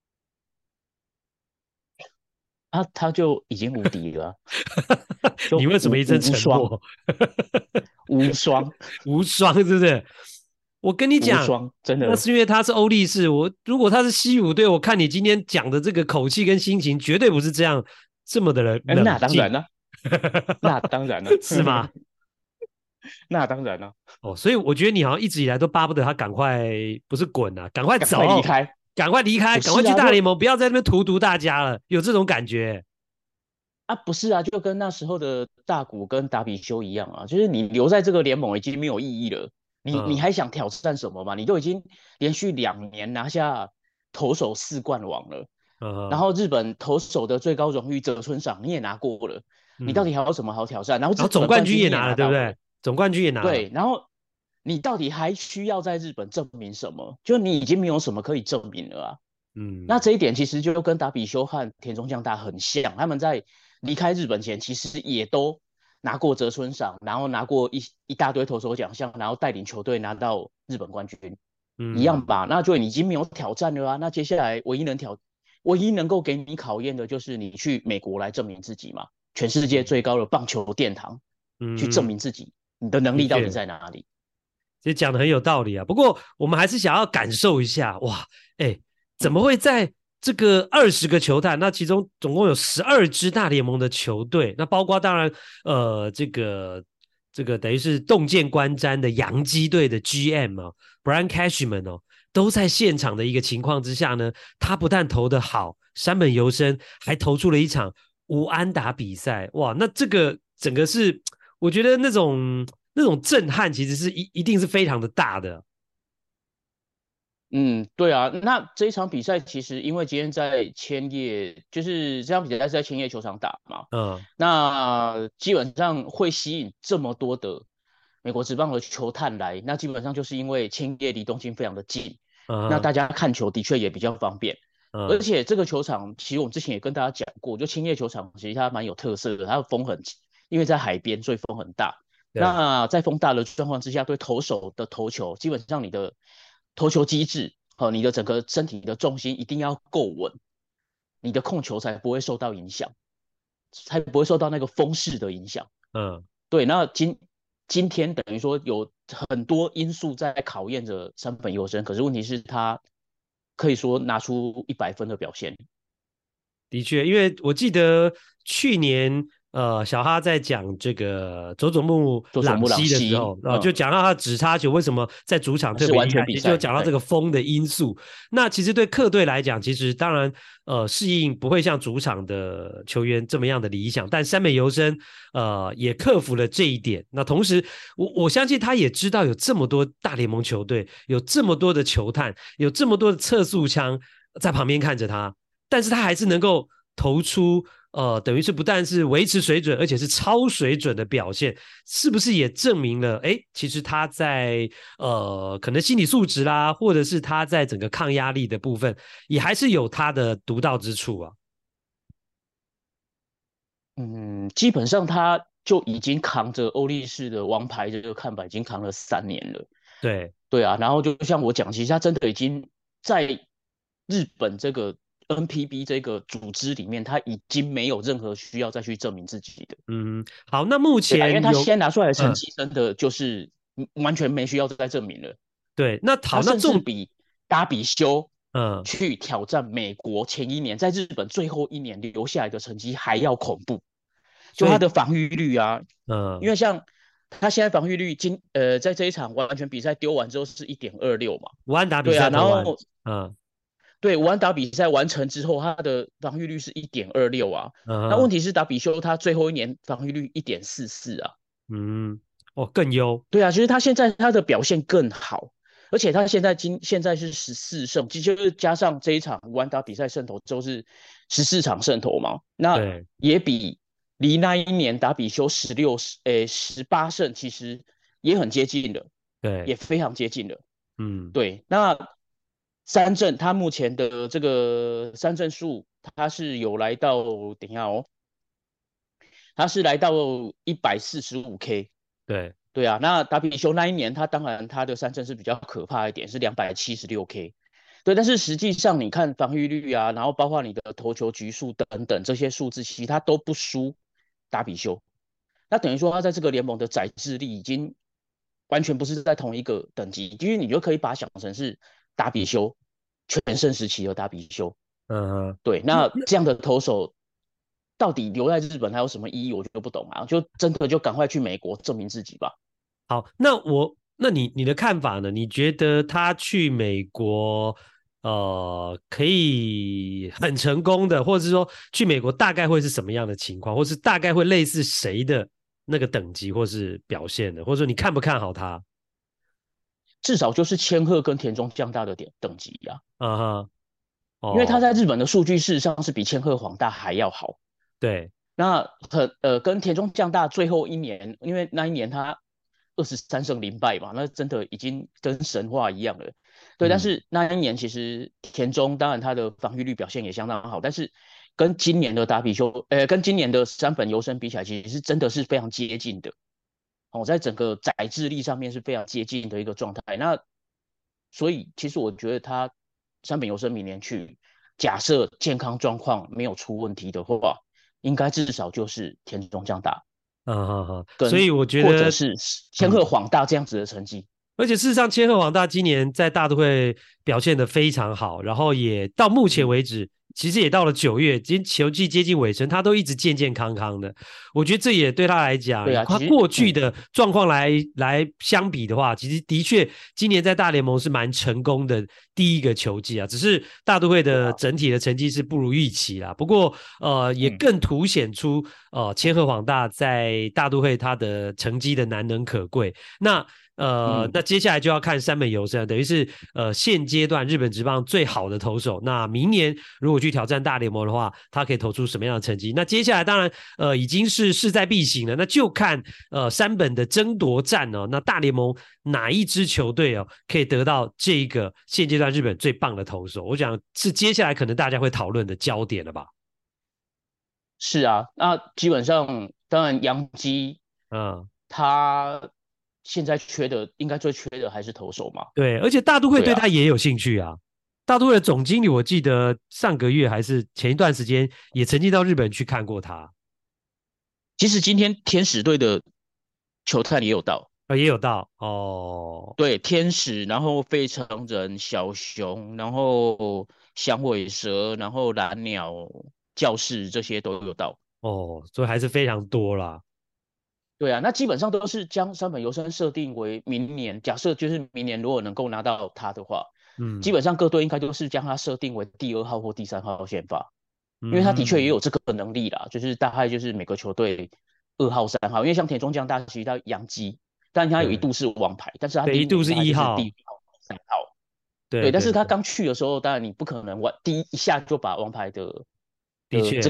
啊，他就已经无敌了， 你为什么一阵沉默？ 无双， 无双是不是？我跟你讲， 无双，真的， 那是因为他是欧力士。我如果他是西武队，我看你今天讲的这个口气跟心情，绝对不是这样这么的冷静。 那当然了，那当然了， 是吗？ 那当然了。 哦，所以我觉得你好像一直以来都巴不得他赶快不是滚啊，赶快走， 赶快离开， 赶快离开，赶快去大联盟，不要在那边荼毒大家了，有这种感觉啊？不是啊，就跟那时候的大谷跟达比修一样啊，就是你留在这个联盟已经没有意义了，你、嗯、你还想挑战什么吗？你都已经连续两年拿下投手四冠王了，嗯、然后日本投手的最高荣誉泽村赏你也拿过了，嗯、你到底还有什么好挑战？然后, 然后总冠军也拿了，对不对？总冠军也拿了， 对，然后你到底还需要在日本证明什么？就你已经没有什么可以证明了啊。嗯，那这一点其实就跟达比修和田中将大很像，他们在离开日本前其实也都拿过泽村赏，然后拿过一一大堆投手奖项，然后带领球队拿到日本冠军，嗯、一样吧？那就已经没有挑战了啊。那接下来唯一能挑，唯一能够给你考验的就是你去美国来证明自己嘛，全世界最高的棒球殿堂，嗯、去证明自己。你的能力到底在哪里？ 这讲的很有道理啊。不过我们还是想要感受一下，哇，哎，怎么会在这个二十个球探，那其中总共有十二支大联盟的球队，那包括当然呃这个这个等于是洞见观瞻的洋基队的 G M 啊 Brian Cashman 哦，都在现场的一个情况之下呢，他不但投得好，山本由伸还投出了一场无安打比赛，哇，那这个整个是。我觉得那种那种震撼其实是一一定是非常的大的。 嗯，对啊，那这一场比赛其实因为今天在千叶，就是这场比赛是在千叶球场打嘛，嗯，那基本上会吸引这么多的美国职棒的球探来，那基本上就是因为千叶离东京非常的近，嗯、那大家看球的确也比较方便。嗯、而且这个球场，其实我们之前也跟大家讲过，就千叶球场其实它蛮有特色的，它的风很因为在海边，所以风很大。那在风大的状况之下，对投手的投球，基本上你的投球机制和你的整个身体的重心一定要够稳，你的控球才不会受到影响，才不会受到那个风势的影响。嗯，对。那今今天等于说有很多因素在考验着山本由伸，可是问题是他可以说拿出一百分的表现。 的确，因为我记得去年。呃，小哈在讲这个佐佐木朗希的时候，啊、呃，就讲到他指叉球为什么在主场特别厉害，也就讲到这个风的因素。那其实对客队来讲，其实当然呃适应不会像主场的球员这么样的理想，但山本由伸呃也克服了这一点。那同时，我我相信他也知道有这么多大联盟球队，有这么多的球探，有这么多的测速枪在旁边看着他，但是他还是能够投出。 呃，等于是不但是维持水准，而且是超水准的表现，是不是也证明了，哎，其实他在呃可能心理素质啦，或者是他在整个抗压力的部分，也还是有他的独到之处啊。 嗯，基本上他就已经扛着欧力士的王牌这个看板，已经扛了三年了。 对， 对啊，然后就像我讲，其实他真的已经在日本这个 N P B 这个组织里面，他已经没有任何需要再去证明自己的。 嗯，好，那目对啊，因为前有， 他现在拿出来的成嗯， 绩真的就是完全没需要再证明了。 对，那好， 他甚至那重， 比达比修嗯， 去挑战美国前一年在日本最后一年留下来的成绩还要恐怖。就所以， 他的防御率啊，因嗯， 为像他现在防御率今呃在这一场完全比赛丢完之后是一点二六嘛。 武安打比对啊，然赛投完， 后嗯对武安打比赛完成之后，他的防御率是一点二六啊。那问嗯题是达比修他最后一年防御率一点四四啊。 嗯，哦，更优， 对啊，其实他现在他的表现更好，而且他现在今现在是十四胜，就是加上这一场完打比赛胜投之后是十四场胜投嘛，那对也比离那一年打比修十六诶十八胜其实也很接近的， 对， 也非常接近的。 嗯对，那三振他目前的这个三振数，他是有来到，等一下哦，他是来到一百四十五 K。 对， 对啊，那达比修那一年，他当然他的三振是比较可怕一点，是两百七十六 K。对，但是实际上你看防御率啊，然后包括你的投球局数等等这些数字，其实他都不输达比修。那等于说他在这个联盟的载智力已经完全不是在同一个等级，因为你就可以把它想成是达比修全盛时期的达比修。 嗯哼， 对，那这样的投手到底留在日本还有什么意义？我就不懂啊，就真的就赶快去美国证明自己吧。 好，那我，那你你的看法呢？你觉得他去美国，呃，可以很成功的，或者是说去美国大概会是什么样的情况，或是大概会类似谁的那个等级或是表现的，或者说你看不看好他？ 至少就是千鹤跟田中将大的点等级呀、 啊哈， 因为他哦， 在日本的数据事实上是比千鹤晃大还要好。 对， 那很呃跟田中将大最后一年，因为那一年他二十三胜零败嘛，那真的已经跟神话一样了。对，但嗯， 是那一年其实田中当然他的防御率表现也相当好，但是跟今年的达比修，呃，跟今年的山本由生比起来，其实是真的是非常接近的。哦，在整个载智力上面是非常接近的一个状态。那所以其实我觉得他山本由生明年去，假设健康状况没有出问题的话，应该至少就是田中将大啊哈哈，所跟以我觉得， 或者是千嗯。 鹤晃大这样子的成绩。 而且事实上，千鹤黄大今年在大都会表现得非常好，然后也到目前嗯， 为止，其实也到了九月，今球季接近尾声，他都一直健健康康的。我觉得这也对他来讲， 对啊， 以他其实嗯过去的状况来来相比的话，其实的确今年在大联盟是蛮成功的第一个球季啊。只是大都会的对啊， 整体的成绩是不如预期啦。不过呃，也嗯更凸显出呃千鹤晃大在大都会他的成绩的难能可贵。那呃， 嗯。 那接下来就要看山本由生，等于是呃现阶段日本职棒最好的投手。那明年如果去挑战大联盟的话，他可以投出什么样的成绩？那接下来当然呃已经是势在必行了，那就看呃山本的争夺战哦。那大联盟哪一支球队哦可以得到这个现阶段日本最棒的投手？我想是接下来可能大家会讨论的焦点了吧？ 是啊，那基本上当然杨基嗯， 他现在缺的应该最缺的还是投手嘛。 对，而且大都会对啊， 对他也有兴趣啊。大都会的总经理，我记得上个月还是前一段时间也曾经到日本去看过他， 其实今天天使队的球探也有到。 呃，也有到哦对，天使，然后费城人、小熊，然后响尾蛇，然后蓝鸟、教士这些都有到。 哦，所以还是非常多啦。 对啊，那基本上都是将山本由生设定为明年，假设就是明年如果能够拿到他的话，基嗯本上各队应该都是将他设定为第二号或第三号先发，因为他的确也嗯， 有这个能力啦，就是大概就是每个球队二号、三号，因为像田中将大其实他洋基，但他有一对度是王牌，但是他对，一今度是年大概就是一号， 第一号、三号。对，但对对对， 是他刚去的时候，当然你不可能完第一一下就把王牌的的确， 的这个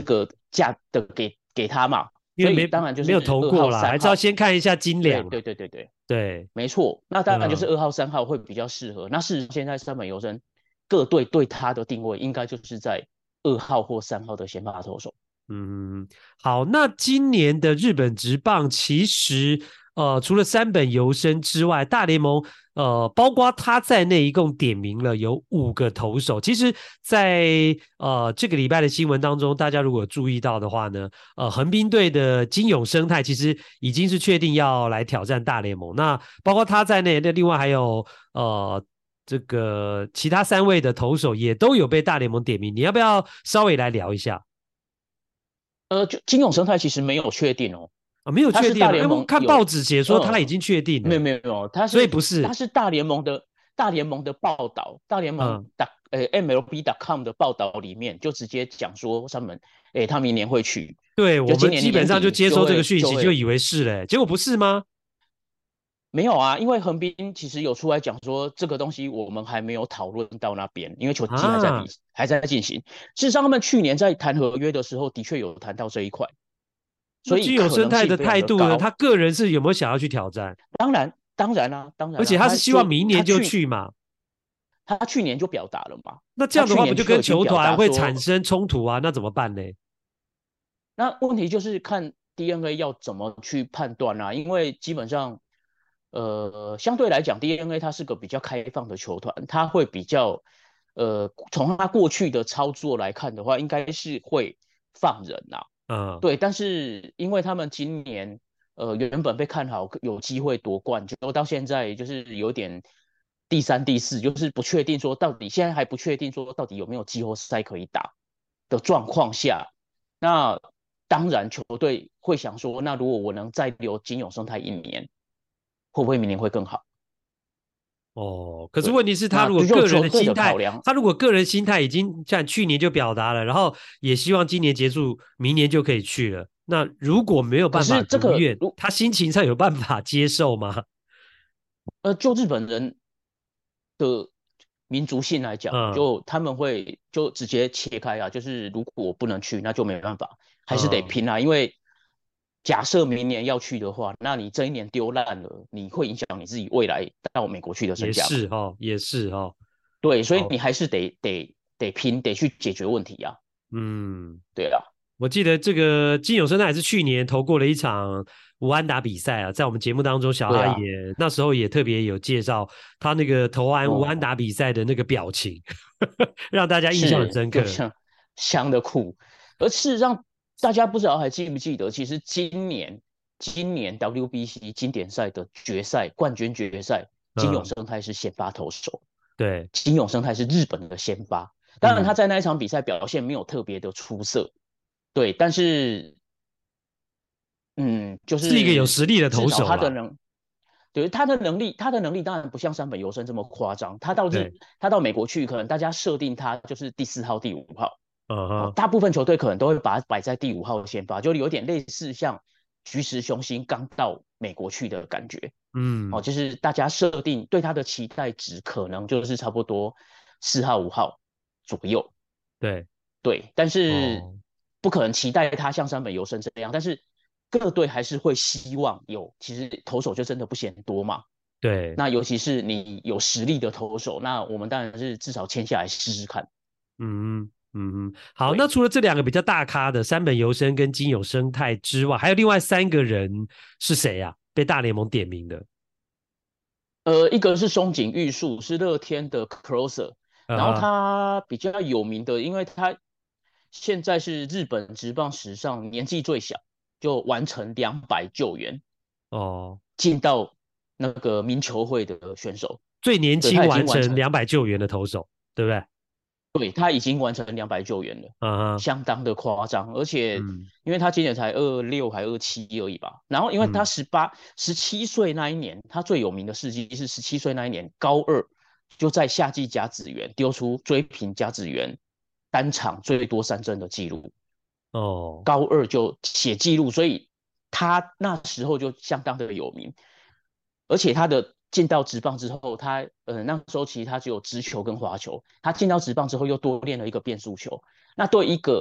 价的给给他嘛，所以因为没当然就是没有投二号、 过啦，还三号。 是要先看一下斤两。 对对对对对， 对， 没错。那当然就是嗯二号、三号会比较适合。那事实现在山本由伸各队对他的定位应该就是在二号或三号的先发投手。 嗯，好，那今年的日本职棒其实呃，除了山本由伸之外，大联盟呃，包括他在内，一共点名了有五个投手。其实在，呃这个礼拜的新闻当中，大家如果注意到的话呢，呃，横滨队的金永生态其实已经是确定要来挑战大联盟。那包括他在内，那另外还有呃。这个其他三位的投手也都有被大联盟点名，你要不要稍微来聊一下？ 呃，就金永生态其实没有确定哦， 啊，没有他是确定啊。哎， 大联我看报盟有， 纸写说他已嗯， 经确定了， 没有没有没有，他所以是不是。 他是大联盟的大联盟的报道，大联盟嗯打呃 M L B 点 com 的报道里面就直接讲说他们，诶，他明年会去， 对， 就我们今年年基本上就底就接收这个讯息，就会就会以为是嘞，结果不是吗？ 没有啊，因为横滨其实有出来讲说这个东西我们还没有讨论到那边，因为球季还在比啊， 还在进行。事实上，他们去年在谈合约的时候的确有谈到这一块，所以那金友可能生态的性非常态度呢？ 的高。 他个人是有没有想要去挑战？ 当然，当然啦、当然啦、 而且他是他就希望明年就他去去嘛？ 他去年就表达了嘛， 那这样的他去话不就跟年就已经球团会表达说， 产生冲突啊？那怎么办呢？ 那问题就是看 D N A 要怎么去判断啦、啊，因为基本上，呃，相对来讲，D N A 它是个比较开放的球团，它会比较，呃，从他过去的操作来看的话，应该是会放人呐、啊。 嗯， 对，但是因为他们今年，呃，原本被看好有机会夺冠，就到现在就是有点第三、第四，就是不确定说到底，现在还不确定说到底有没有季后赛可以打的状况下，那当然球队会想说，那如果我能再留金永生态一年，会不会明年会更好？ 哦，可是对， 问题是，他那就如果个人就球队的心态， 的考量， 他如果个人心态已经像去年就表达了，然后也希望今年结束，明年就可以去了。那如果没有可办法是这个如愿， 如他心情上有办法接受吗？ 呃，就日本人的民族性来讲， 嗯就他们会就直接切开啊，就是如果我不能去，那就没办法，还是得嗯， 拼啊。因为假设明年要去的话，那你这一年丢烂了，你会影响你自己未来到美国去的身也价嘛？ 是哦，也是哦。 对，所以好， 你还是得得得拼，得去解决问题啊。 嗯， 对啊， 我记得这个金永生他还是去年投过了一场无安打比赛啊，在我们节目当中，小哈也对啊， 那时候也特别有介绍他那个投完无安哦， 打比赛的那个表情，让大家印象很是， 深刻。 就像香的酷。而事实上，大家不知道还记不记得，其实今年今年 W B C 经典赛的决赛冠军决赛，金永嗯， 生态是先发投手， 对， 金永生态是日本的先发。当然他嗯， 在那一场比赛表现没有特别的出色，对，但是嗯，就是一个有是实力的至少投手啦。 他的能，对他的能力，他的能力当然不像山本由生这么夸张。他到日， 对， 他到美国去，可能大家设定他就是第四号、第五号。哦， 嗯哼， 大部分球队可能都会把它摆在第五号先发，就有点类似像菊池雄星刚到美国去的感觉。哦， 嗯， 就是大家设定对他的期待值可能就是差不多四号、五号左右。 对， 对，但是哦， 不可能期待他像山本由伸这样，但是各队还是会希望有，其实投手就真的不嫌多嘛。 对， 那尤其是你有实力的投手，那我们当然是至少签下来试试看。 嗯嗯嗯，好，那对， 除了这两个比较大咖的山本由生跟金永生态之外，还有另外三个人是谁呀、啊？被大联盟点名的？ 呃，一个是松井玉树，是乐天的 closer，然后啊哈， 他比较有名的，因为他现在是日本职棒史上年纪最小就完成两百救援哦， 进到那个名球会的选手， 最年对他已轻完经完成， 成两百救援的投手，对不对？ 对他已经完成两百救援了， 啊哈， 相当的夸张，而且嗯因为他今年才二六还二七而已吧，然后因为他嗯， 十八十七岁那一年，他最有名的事迹是十七岁那一年高二就在夏季甲子园丢出追平甲子园单场最多三振的记录， 哦， 高二就写记录，所以他那时候就相当的有名，而且他的进到职棒之后，他呃那时候其实他只有直球跟滑球，他进到职棒之后又多练了一个变速球，那对一个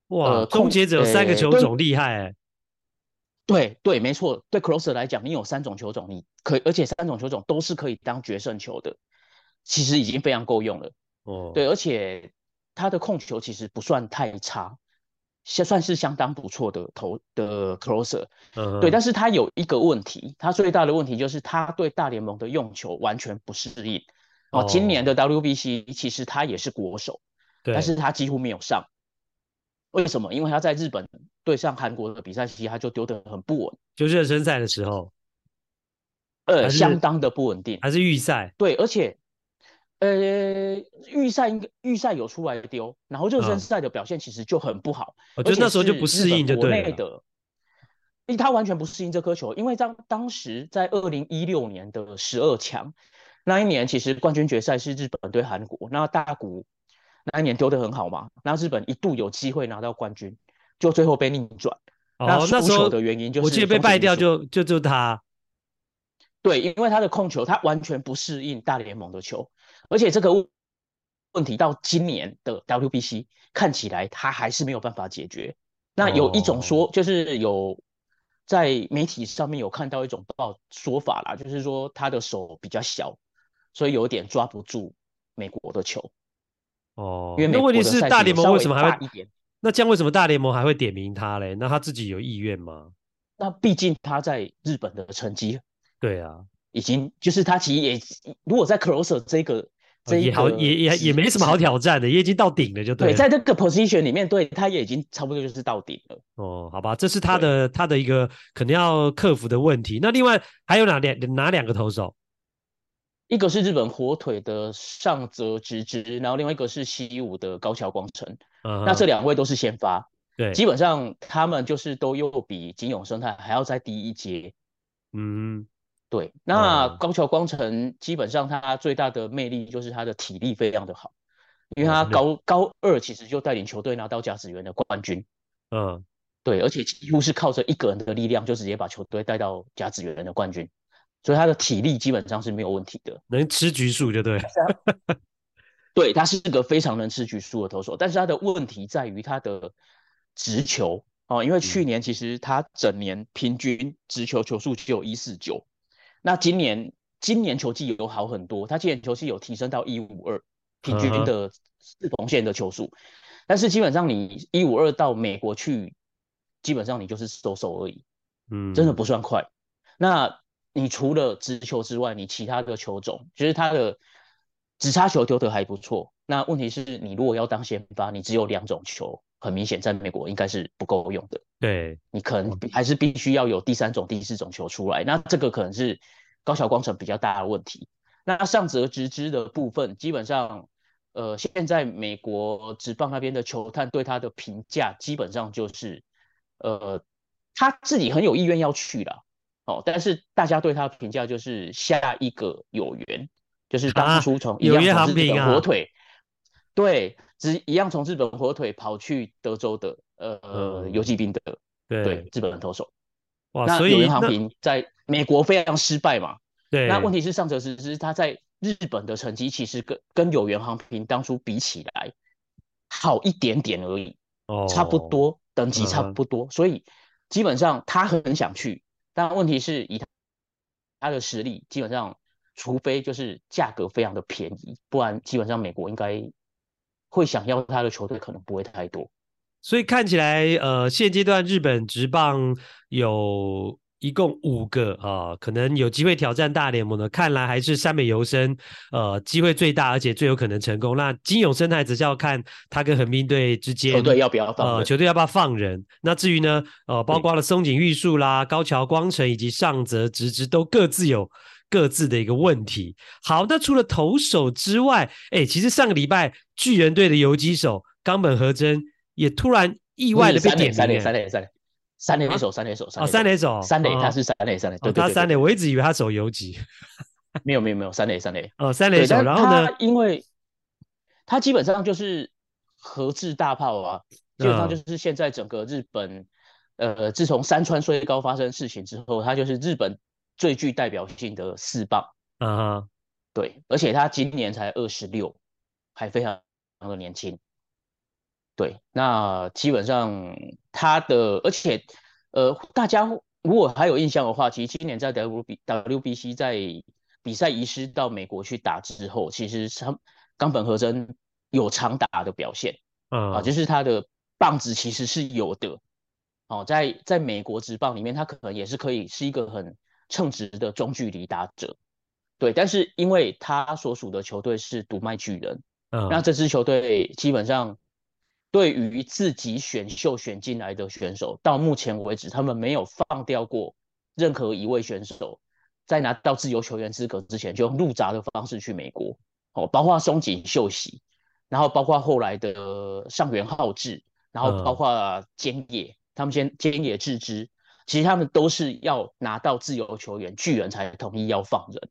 哇， 呃控终结者有三个呃对球种，厉害哎。 对对，没错，对 closer 来讲，你有三种球种，你可而且三种球种都是可以当决胜球的，其实已经非常够用了。 哦， 对，而且他的控球其实不算太差，算算是相当不错的投的 closer。对， 嗯哼， 但是他有一个问题，他最大的问题就是他对大联盟的用球完全不适应。哦，今年哦， 的 W B C 其实他也是国手，但对， 是他几乎没有上。为什么？因为他在日本对上韩国的比赛期，他就丢得很不稳， 就热身赛的时候， 呃， 还是相当的不稳定。 还是预赛？ 对，而且呃，预赛应该预赛有出来丢，然后热身嗯， 赛的表现其实就很不好，而且我觉得那时候就不是日适应就本国对了。 内的，因为他完全不适应这颗球，因为当当时在二零一六年的十二强那一年，其实冠军决赛是日本对韩国，那大谷那一年丢得很好嘛，那日本一度有机会拿到冠军，就最后被逆转。那哦，那时候输球的原因就我记得是被败掉风险因素， 就就就他。 对，因为他的控球他完全不适应大联盟的球，而且这个问题到今年的 W B C 看起来他还是没有办法解决。那有一种哦说，就是有在媒体上面有看到一种报说法啦，就是说他的手比较小，所以有点抓不住美国的球，因哦， 为美那问题国的赛是大联盟事有稍微为什么还会？ 大一点。 那这样为什么大联盟还会点名他嘞？那他自己有意愿吗？ 那毕竟他在日本的成绩对啊， 已经，就是他其实也，如果在 closer 这个这一哦也好， 个也也也职没什么好职挑战的，也已经到顶了就对， 对了。 在这个 position 里面，对他也已经差不多就是到顶了。 哦，好吧，这是他对， 的他的一个可能要克服的问题。那另外还有哪两哪两个投手？ 一个是日本火腿的上泽直之，然后另外一个是西武的高桥光成。那这嗯哼， 两位都是先发， 对， 基本上他们就是都又比金永生态还要再低一阶。 嗯， 对，那哦高桥光成基本上他最大的魅力就是他的体力非常的好，因为哦， 他真的， 高高二其实就带领球队拿到甲子园的冠军。 嗯， 对，而且几乎是靠着一个人的力量就直接把球队带到甲子园的冠军，所以他的体力基本上是没有问题的。 能吃局数就对。 对，他是个非常能吃局数的投手，但是他的问题在于他的直球哦，因为去嗯， 年其实他整年平均直球球速只有一四九，那今年今年球技有好很多，他今年球技有提升到一五二，平呵呵， 均的四缝线的球速，但是基本上你一五二到美国去，基本上你就是收手而已，真的嗯， 不算快。那你除了直球之外，你其他的球种，其实他的直插球丢得还不错。那问题是你如果要当先发，你只有两种球，很明显在美国应该是不够用的。 对， 你可能还是必须要有第三种、第四种球出来。那这个可能是高桥光成比较大的问题。那上泽直之的部分，基本上，呃，现在美国职棒那边的球探对他的评价，基本上就是，呃，他自己很有意愿要去啦，哦，但是大家对他的评价就是下一个有缘，就是当啊， 初从一有约样从日航平啊， 本火腿，对，只一样从日本火腿跑去德州的呃游嗯， 骑兵的对对， 日本投手。 哇， 那有原航所以那平在美国非常失败嘛？那问对， 题是上泽实之他在日本的成绩其实跟跟有原航平当初比起来好一点点而已，差不哦， 多等级差嗯哼。 不多，所以基本上他很想去，但问题是以他他的实力，基本上除非就是价格非常的便宜，不然基本上美国应该会想要他的球队可能不会太多。 所以看起来，呃，现阶段日本职棒有一共五个啊、可能有机会挑战大联盟的，看来还是山北游生，呃，机会最大，而且最有可能成功。那金永生态只是要看他跟横滨队之间， 球队要不要放呃， 人？ 球队要不要放人。那至于呢，呃，包对， 括了松井裕树啦、高桥光成以及上泽直之，都各自有各自的一个问题。好，那除了投手之外，哎，其实上个礼拜巨人队的游击手冈本和真也突然意外的被不是三垒，三垒， 点名哎三垒，三垒，三垒啊手，三垒手，三哦垒手， 三垒手三垒他哦是三垒，三垒， 哦对对他三垒，我一对对对对， 直以为他守游击没有没有没有三垒三垒， 哦三垒对， 手， 但是然后呢他因为他基本上就是核制大炮啊，基本上就嗯是现在整个日本，呃，自从山川穗高发生事情之后，他就是日本最具代表性的四棒， 啊哈对，而且他今年才二十六，还非常的年轻， 对，那基本上他的，而且呃，大家如果还有印象的话，其实今年在 W B W B C 在比赛移师到美国去打之后，其实他冈本和真有长打的表现啊， 嗯， 就是他的棒子其实是有的哦，在在美国职棒里面，他可能也是可以是一个很称职的中距离打者，对，但是因为他所属的球队是独卖巨人，那嗯， 这支球队基本上对于自己选秀选进来的选手，到目前为止他们没有放掉过任何一位选手，在拿到自由球员资格之前，就用入闸的方式去美国，哦，包括松井秀喜，然后包括后来的上原浩治，然后包嗯， 括菅野，他们先菅野智之，其实他们都是要拿到自由球员，巨人才同意要放人。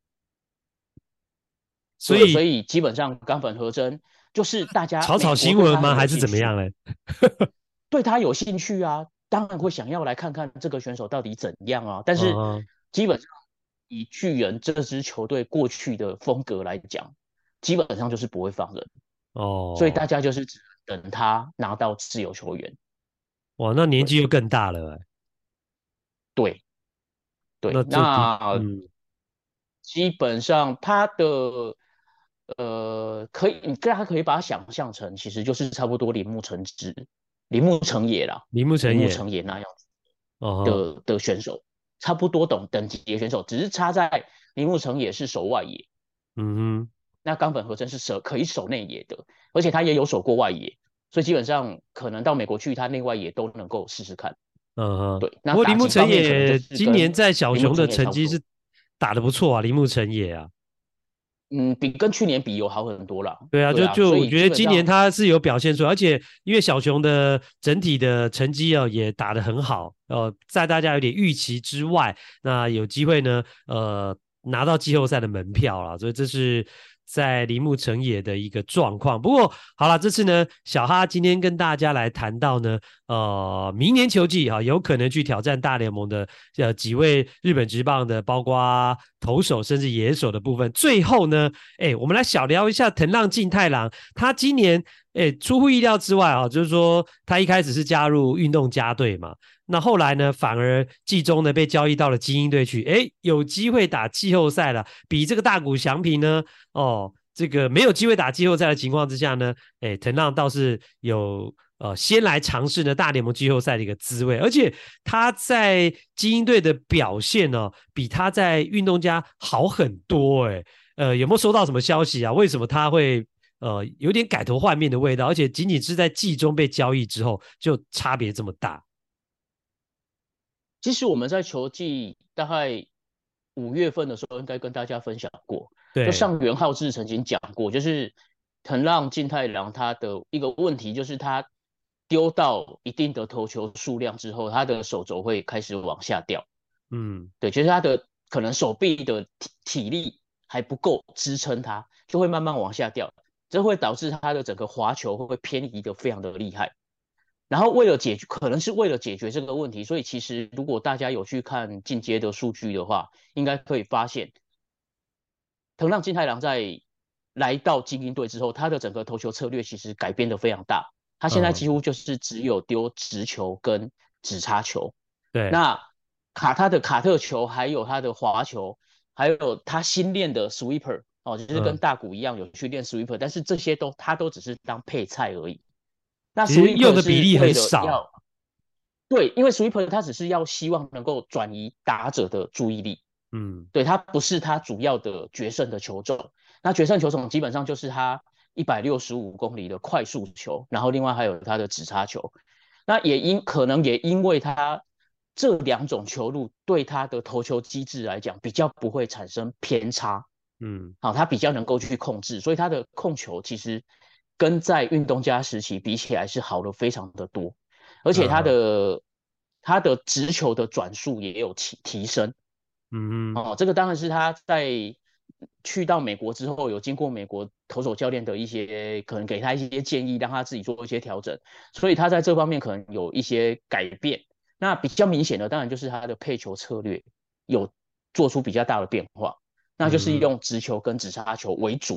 对，所所以以基本上冈本和真就是大家炒炒美国新闻吗？ 对他很有还是兴趣， 怎么样嘞？ 对他有兴趣啊，当然会想要来看看这个选手到底怎样啊。但是嗯， 基本上以巨人这支球队过去的风格来讲，基本上就是不会放人，所以哦， 大家就是只能等他拿到自由球员。 哇，那年纪对又更大了欸， 对对， 那这的， 那嗯， 基本上他的呃，可以，你大家可以把它想象成，其实就是差不多铃木成之、铃木成也啦， 铃木成也， 铃木成也那样子哦， 的的选手，差不多等等级的选手，只是差在铃木成也是守外野， 嗯哼， 那冈本和真是守可以守内野的，而且他也有守过外野，所以基本上可能到美国去，他内外野都能够试试看。 嗯哼。 对，那不过铃木成打击方面可能就也是跟今年在小熊的铃木成也成绩是差不多。 打得不错啊，铃木成也啊。 嗯，比跟去年比有好很多啦。 对啊， 对啊， 就就所以我觉得今年基本上他是有表现出来，而且因为小熊的整体的成绩哦也打得很好，呃，在大家有点预期之外，那有机会呢，呃，拿到季后赛的门票了，所以这是在铃木成也的一个状况。不过好了，这次呢，小哈今天跟大家来谈到呢，呃，明年球季啊，有可能去挑战大联盟的呃几位日本职棒的，包括投手甚至野手的部分。最后呢，哎，我们来小聊一下藤浪静太郎，他今年哎出乎意料之外啊，就是说他一开始是加入运动家队嘛，那后来呢，反而季中呢被交易到了精英队去，哎，有机会打季后赛了，比这个大谷翔平呢，哦。这个没有机会打季后赛的情况之下呢，哎，藤浪倒是有呃先来尝试呢大联盟季后赛的一个滋味，而且他在精英队的表现呢、哦，比他在运动家好很多哎。呃，有没有收到什么消息啊？为什么他会呃有点改头换面的味道？而且仅仅是在季中被交易之后，就差别这么大？ 其实我们在球季大概五月份的时候，应该跟大家分享过，就对， 上元浩志曾经讲过，就是藤浪静太郎他的一个问题，就是他丢到一定的投球数量之后，他的手肘会开始往下掉。 嗯， 对，就是他的可能手臂的体体力还不够支撑他，就会慢慢往下掉，这会导致他的整个滑球会偏移的非常的厉害。然后为了解决，可能是为了解决这个问题，所以其实如果大家有去看进阶的数据的话，应该可以发现，藤浪金太郎在来到精英队之后，他的整个投球策略其实改变的非常大。他现在几嗯， 乎就是只有丢直球跟直插球。 对， 那卡他的卡特球，还有他的滑球，还有他新练的 sweeper 哦，就是跟嗯， 大谷一样有去练 sweeper，但是这些都他都只是当配菜而已。那其实用 sweeper 的比例很是为了少。 要对，因为 sweeper 他只是要希望能够转移打者的注意力， 嗯， 对，他不是他主要的决胜的球种。那决胜球种基本上就是他一百六十五公里的快速球，然后另外还有他的直插球。那也因可能也因为他这两种球路对他的投球机制来讲比较不会产生偏差， 嗯， 好，他比较能够去控制，所以他的控球其实跟在运动家时期比起来是好了非常的多，而且他嗯， 的他的直球的转速也有提提升。 嗯， 哦，这个当然是他在去到美国之后，有经过美国投手教练的一些可能给他一些建议，让他自己做一些调整，所以他在这方面可能有一些改变。那比较明显的，当然就是他的配球策略有做出比较大的变化，那就是嗯， 用直球跟直插球为主，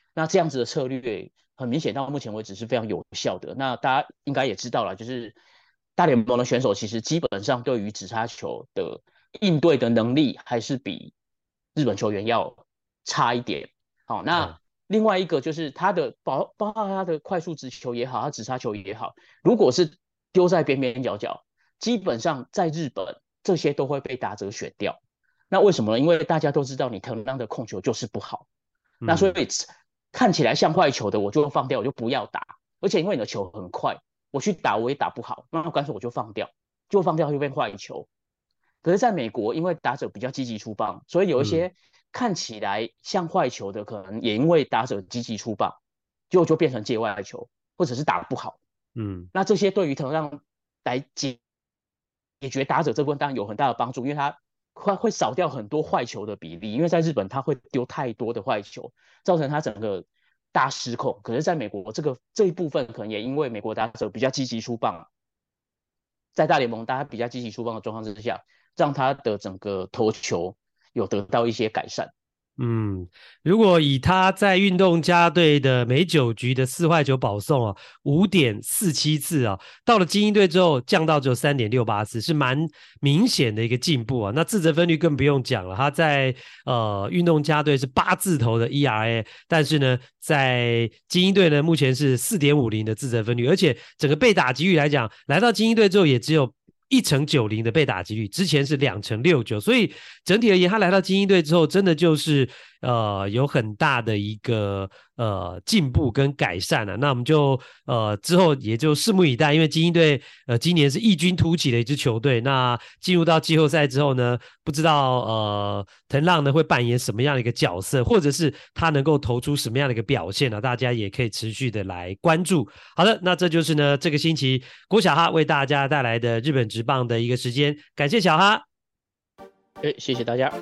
那这样子的策略很明显到目前为止是非常有效的。那大家应该也知道了，就是大联盟的选手其实基本上对于直杀球的应对的能力还是比日本球员要差一点。好，那另外一个就是他的包包括他的快速直球也好，他直杀球也好，如果是丢在边边角角，基本上在日本这些都会被打者选掉。那为什么呢？因为大家都知道你藤浪的控球就是不好，那所以看起来像坏球的我就放掉，我就不要打。而且因为你的球很快，我去打我也打不好，那干脆我就放掉，就放掉就变坏球。可是在美国，因为打者比较积极出棒，所以有一些看起来像坏球的，可能也因为打者积极出棒，就就变成界外球，或者是打不好。嗯，那这些对于藤浪来解解决打者这部分当然有很大的帮助，因为他会会少掉很多坏球的比例，因为在日本他会丢太多的坏球，造成他整个大失控。可是在美国这个这一部分可能也因为美国打者比较积极出棒，在大联盟大家比较积极出棒的状况之下，让他的整个投球有得到一些改善。 嗯，如果以他在运动家队的每九局的四坏球保送啊，五点四七次啊，到了精英队之后降到只有三点六八次，是蛮明显的一个进步啊。那自责分率更不用讲了，他在呃运动家队是八字头的 E R A， 但是呢，在精英队呢目前是四点五零的自责分率，而且整个被打击率来讲，来到精英队之后也只有一成九零的被打击率，之前是两成六九，所以整体而言，他来到精英队之后，真的就是呃有很大的一个呃进步跟改善了、啊。那我们就呃之后也就拭目以待，因为精英队呃今年是异军突起的一支球队，那进入到季后赛之后呢，不知道呃藤浪呢会扮演什么样的一个角色，或者是他能够投出什么样的一个表现呢、啊？大家也可以持续的来关注。好的，那这就是呢这个星期郭小哈为大家带来的日本职棒的一个时间，感谢小哈。 哎，谢谢大家。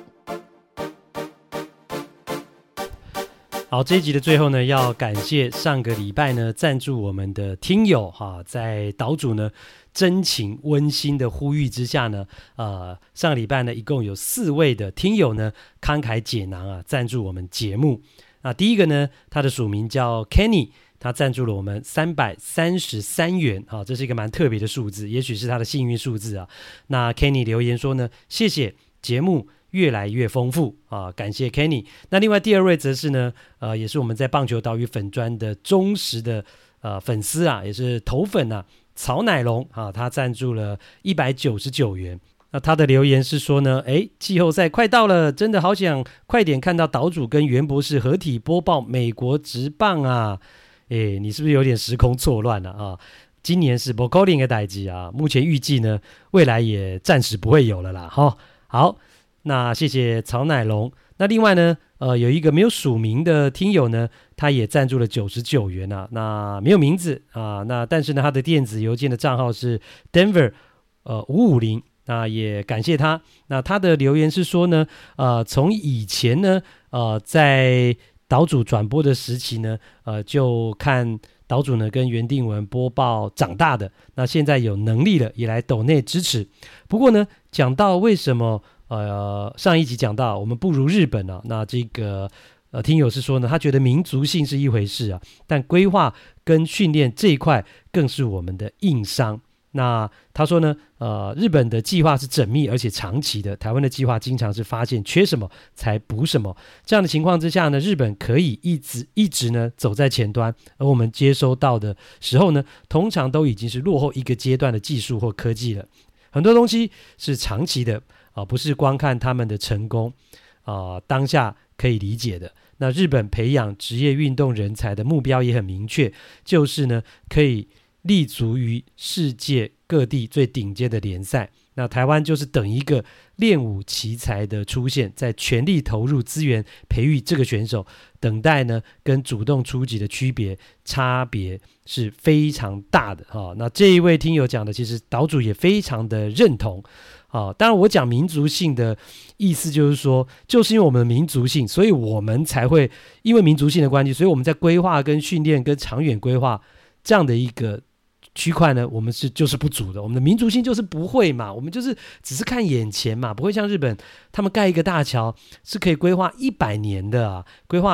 好，这一集的最后呢，要感谢上个礼拜呢赞助我们的听友哈，在岛主呢真情温馨的呼吁之下呢，呃，上个礼拜呢一共有四位的听友呢慷慨解囊啊，赞助我们节目。那第一个呢，他的署名叫 Kenny， 他赞助了我们三百三十三元啊，这是一个蛮特别的数字，也许是他的幸运数字啊。那 Kenny 留言说呢，谢谢节目越来越丰富啊，感谢 Kenny。 那另外第二位则是呢呃，也是我们在棒球岛屿粉专的忠实的呃粉丝啊，也是头粉啊，曹乃龙啊，他赞助了一百九十九元。那他的留言是说呢，诶，季后赛快到了，真的好想快点看到岛主跟袁博士合体播报美国职棒啊。诶，你是不是有点时空错乱了 啊, 啊今年是 Bocoling 的代志啊，目前预计呢未来也暂时不会有了啦齁。好，那谢谢曹乃龙。那另外呢呃，有一个没有署名的听友呢，他也赞助了九十九元啊，那没有名字啊，那但是呢他的电子邮件的账号是 Denver 呃五五零，那也感谢他。那他的留言是说呢呃，从以前呢呃在岛主转播的时期呢呃就看岛主呢跟袁定文播报长大的，那现在有能力了也来抖内支持。不过呢讲到为什么呃上一集讲到我们不如日本啊，那这个呃听友是说呢，他觉得民族性是一回事啊，但规划跟训练这一块更是我们的硬伤。那他说呢呃，日本的计划是缜密而且长期的，台湾的计划经常是发现缺什么才补什么，这样的情况之下呢，日本可以一直一直呢走在前端，而我们接收到的时候呢，通常都已经是落后一个阶段的技术或科技了。很多东西是长期的啊、呃，不是光看他们的成功啊、呃，当下可以理解的。那日本培养职业运动人才的目标也很明确，就是呢可以立足于世界各地最顶尖的联赛。那台湾就是等一个练武奇才的出现，在全力投入资源培育这个选手，等待呢跟主动出击的区别差别是非常大的、哦、那这一位听友讲的其实岛主也非常的认同、哦、当然我讲民族性的意思就是说，就是因为我们的民族性，所以我们才会因为民族性的关系，所以我们在规划跟训练跟长远规划这样的一个区块呢，我们是就是不足的，我们的民族性就是不会嘛，我们就是只是看眼前嘛，不会像日本他们盖一个大桥是可以规划一百年的啊，规划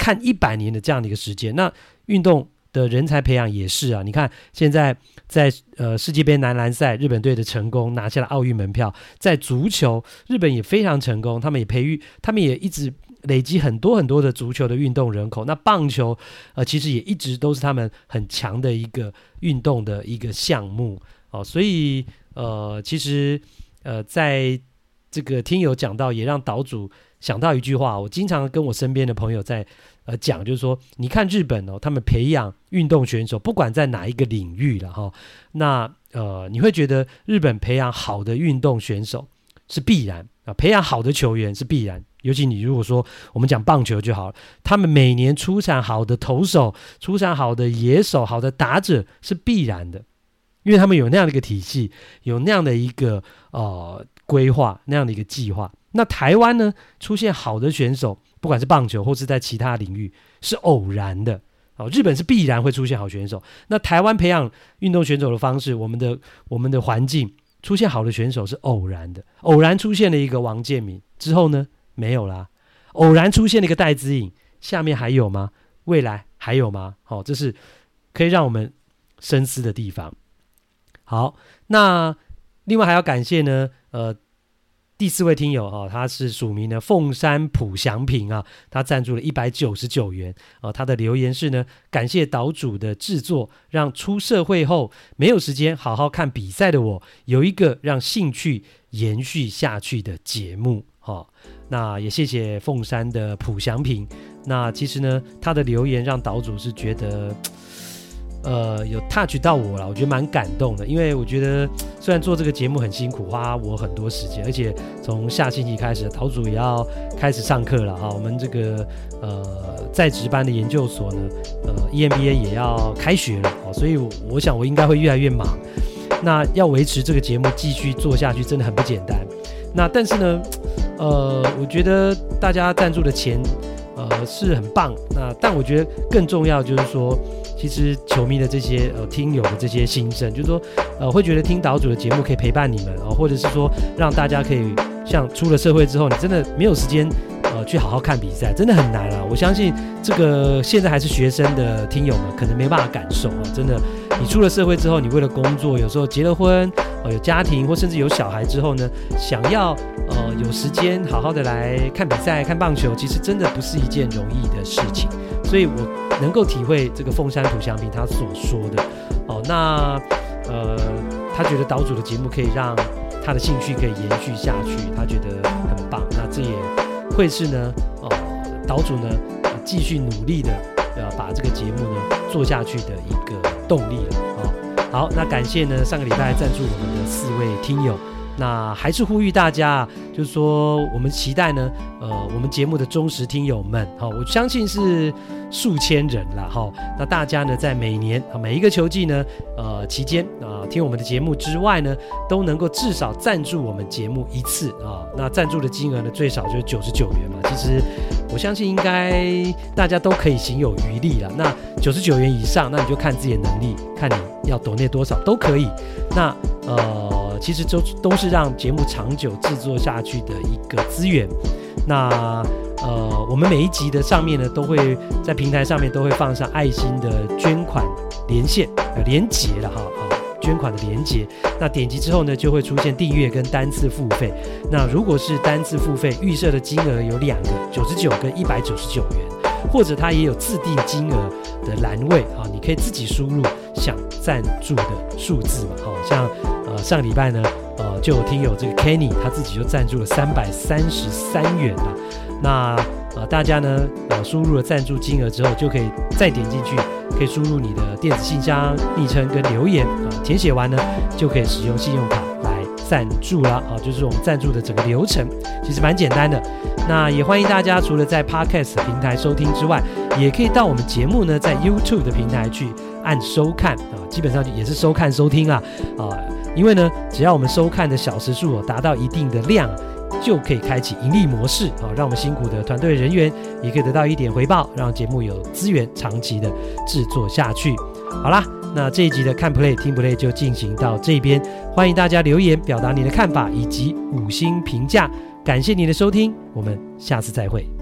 看一百年的这样的一个时间。那运动的人才培养也是啊，你看现在在呃世界杯男篮赛，日本队的成功拿下了奥运门票，在足球日本也非常成功，他们也培育，他们也一直累积很多很多的足球的运动人口。那棒球呃其实也一直都是他们很强的一个运动的一个项目哦，所以呃其实呃在这个听友讲到，也让岛主想到一句话，我经常跟我身边的朋友在呃讲，就是说，你看日本哦，他们培养运动选手，不管在哪一个领域了哈、哦，那呃你会觉得日本培养好的运动选手是必然啊，培养好的球员是必然。尤其你如果说我们讲棒球就好了，他们每年出产好的投手、出产好的野手、好的打者是必然的，因为他们有那样的一个体系，有那样的一个呃规划，那样的一个计划。那台湾呢，出现好的选手，不管是棒球或是在其他领域，是偶然的。哦，日本是必然会出现好选手。那台湾培养运动选手的方式，我们的我们的环境出现好的选手是偶然的。偶然出现了一个王建民之后呢，没有啦。偶然出现了一个戴资颖，下面还有吗？未来还有吗？哦，这是可以让我们深思的地方。好，那另外还要感谢呢，呃。第四位听友、哦、他是署名的凤山普祥平啊，他赞助了一百九十九元、呃、他的留言是呢，感谢岛主的制作，让出社会后没有时间好好看比赛的我，有一个让兴趣延续下去的节目、哦、那也谢谢凤山的普祥平。那其实呢，他的留言让岛主是觉得呃，有 touch 到我了，我觉得蛮感动的，因为我觉得虽然做这个节目很辛苦，花我很多时间，而且从下星期开始，岛主也要开始上课了哈。我们这个呃在职班的研究所呢，呃 E M B A 也要开学了，所以我我想我应该会越来越忙。那要维持这个节目继续做下去，真的很不简单。那但是呢，呃，我觉得大家赞助的钱，呃，是很棒。那但我觉得更重要就是说，其实球迷的这些呃听友的这些心声，就是说呃会觉得听岛主的节目可以陪伴你们啊、呃，或者是说让大家可以像出了社会之后，你真的没有时间呃去好好看比赛，真的很难啊。我相信这个现在还是学生的听友们可能没办法感受啊，真的。你出了社会之后，你为了工作，有时候结了婚，呃有家庭或甚至有小孩之后呢，想要呃有时间好好的来看比赛、看棒球，其实真的不是一件容易的事情。所以我能够体会这个凤山普祥平他所说的哦，那呃他觉得岛主的节目可以让他的兴趣可以延续下去，他觉得很棒。那这也会是呢，哦岛主呢继续努力的呃把这个节目呢做下去的一个动力了哦。好，那感谢呢上个礼拜赞助我们的四位听友。那还是呼吁大家，就是说我们期待呢，呃，我们节目的忠实听友们，哈、哦，我相信是数千人啦，哈、哦。那大家呢，在每年每一个球季呢，呃，期间啊、呃，听我们的节目之外呢，都能够至少赞助我们节目一次啊、哦。那赞助的金额呢，最少就是九十九元嘛。其实我相信应该大家都可以行有余力了。那九十九元以上，那你就看自己的能力，看你要抖内多少都可以。那呃。其实都都是让节目长久制作下去的一个资源。那呃，我们每一集的上面呢，都会在平台上面都会放上爱心的捐款连线呃连结了哈啊，捐款的连结。那点击之后呢，就会出现订阅跟单次付费。那如果是单次付费，预设的金额有两个，九十九跟一百九十九元，或者它也有自定金额的栏位啊，你可以自己输入想赞助的数字嘛，好像。呃，上礼拜呢，呃，就有听友这个 Kenny 他自己就赞助了三百三十三元了。那呃，大家呢，呃，输入了赞助金额之后，就可以再点进去，可以输入你的电子信箱、昵称跟留言啊、呃，填写完呢，就可以使用信用卡来赞助了啊、呃，就是我们赞助的整个流程，其实蛮简单的。那也欢迎大家除了在 Podcast 平台收听之外，也可以到我们节目呢在 YouTube 的平台去按收看啊、呃，基本上也是收看收听啦啊。呃因为呢，只要我们收看的小时数达到一定的量，就可以开启盈利模式啊，让我们辛苦的团队人员也可以得到一点回报，让节目有资源长期的制作下去。好啦，那这一集的看 Play 听 Play 就进行到这边，欢迎大家留言表达你的看法以及五星评价，感谢你的收听，我们下次再会。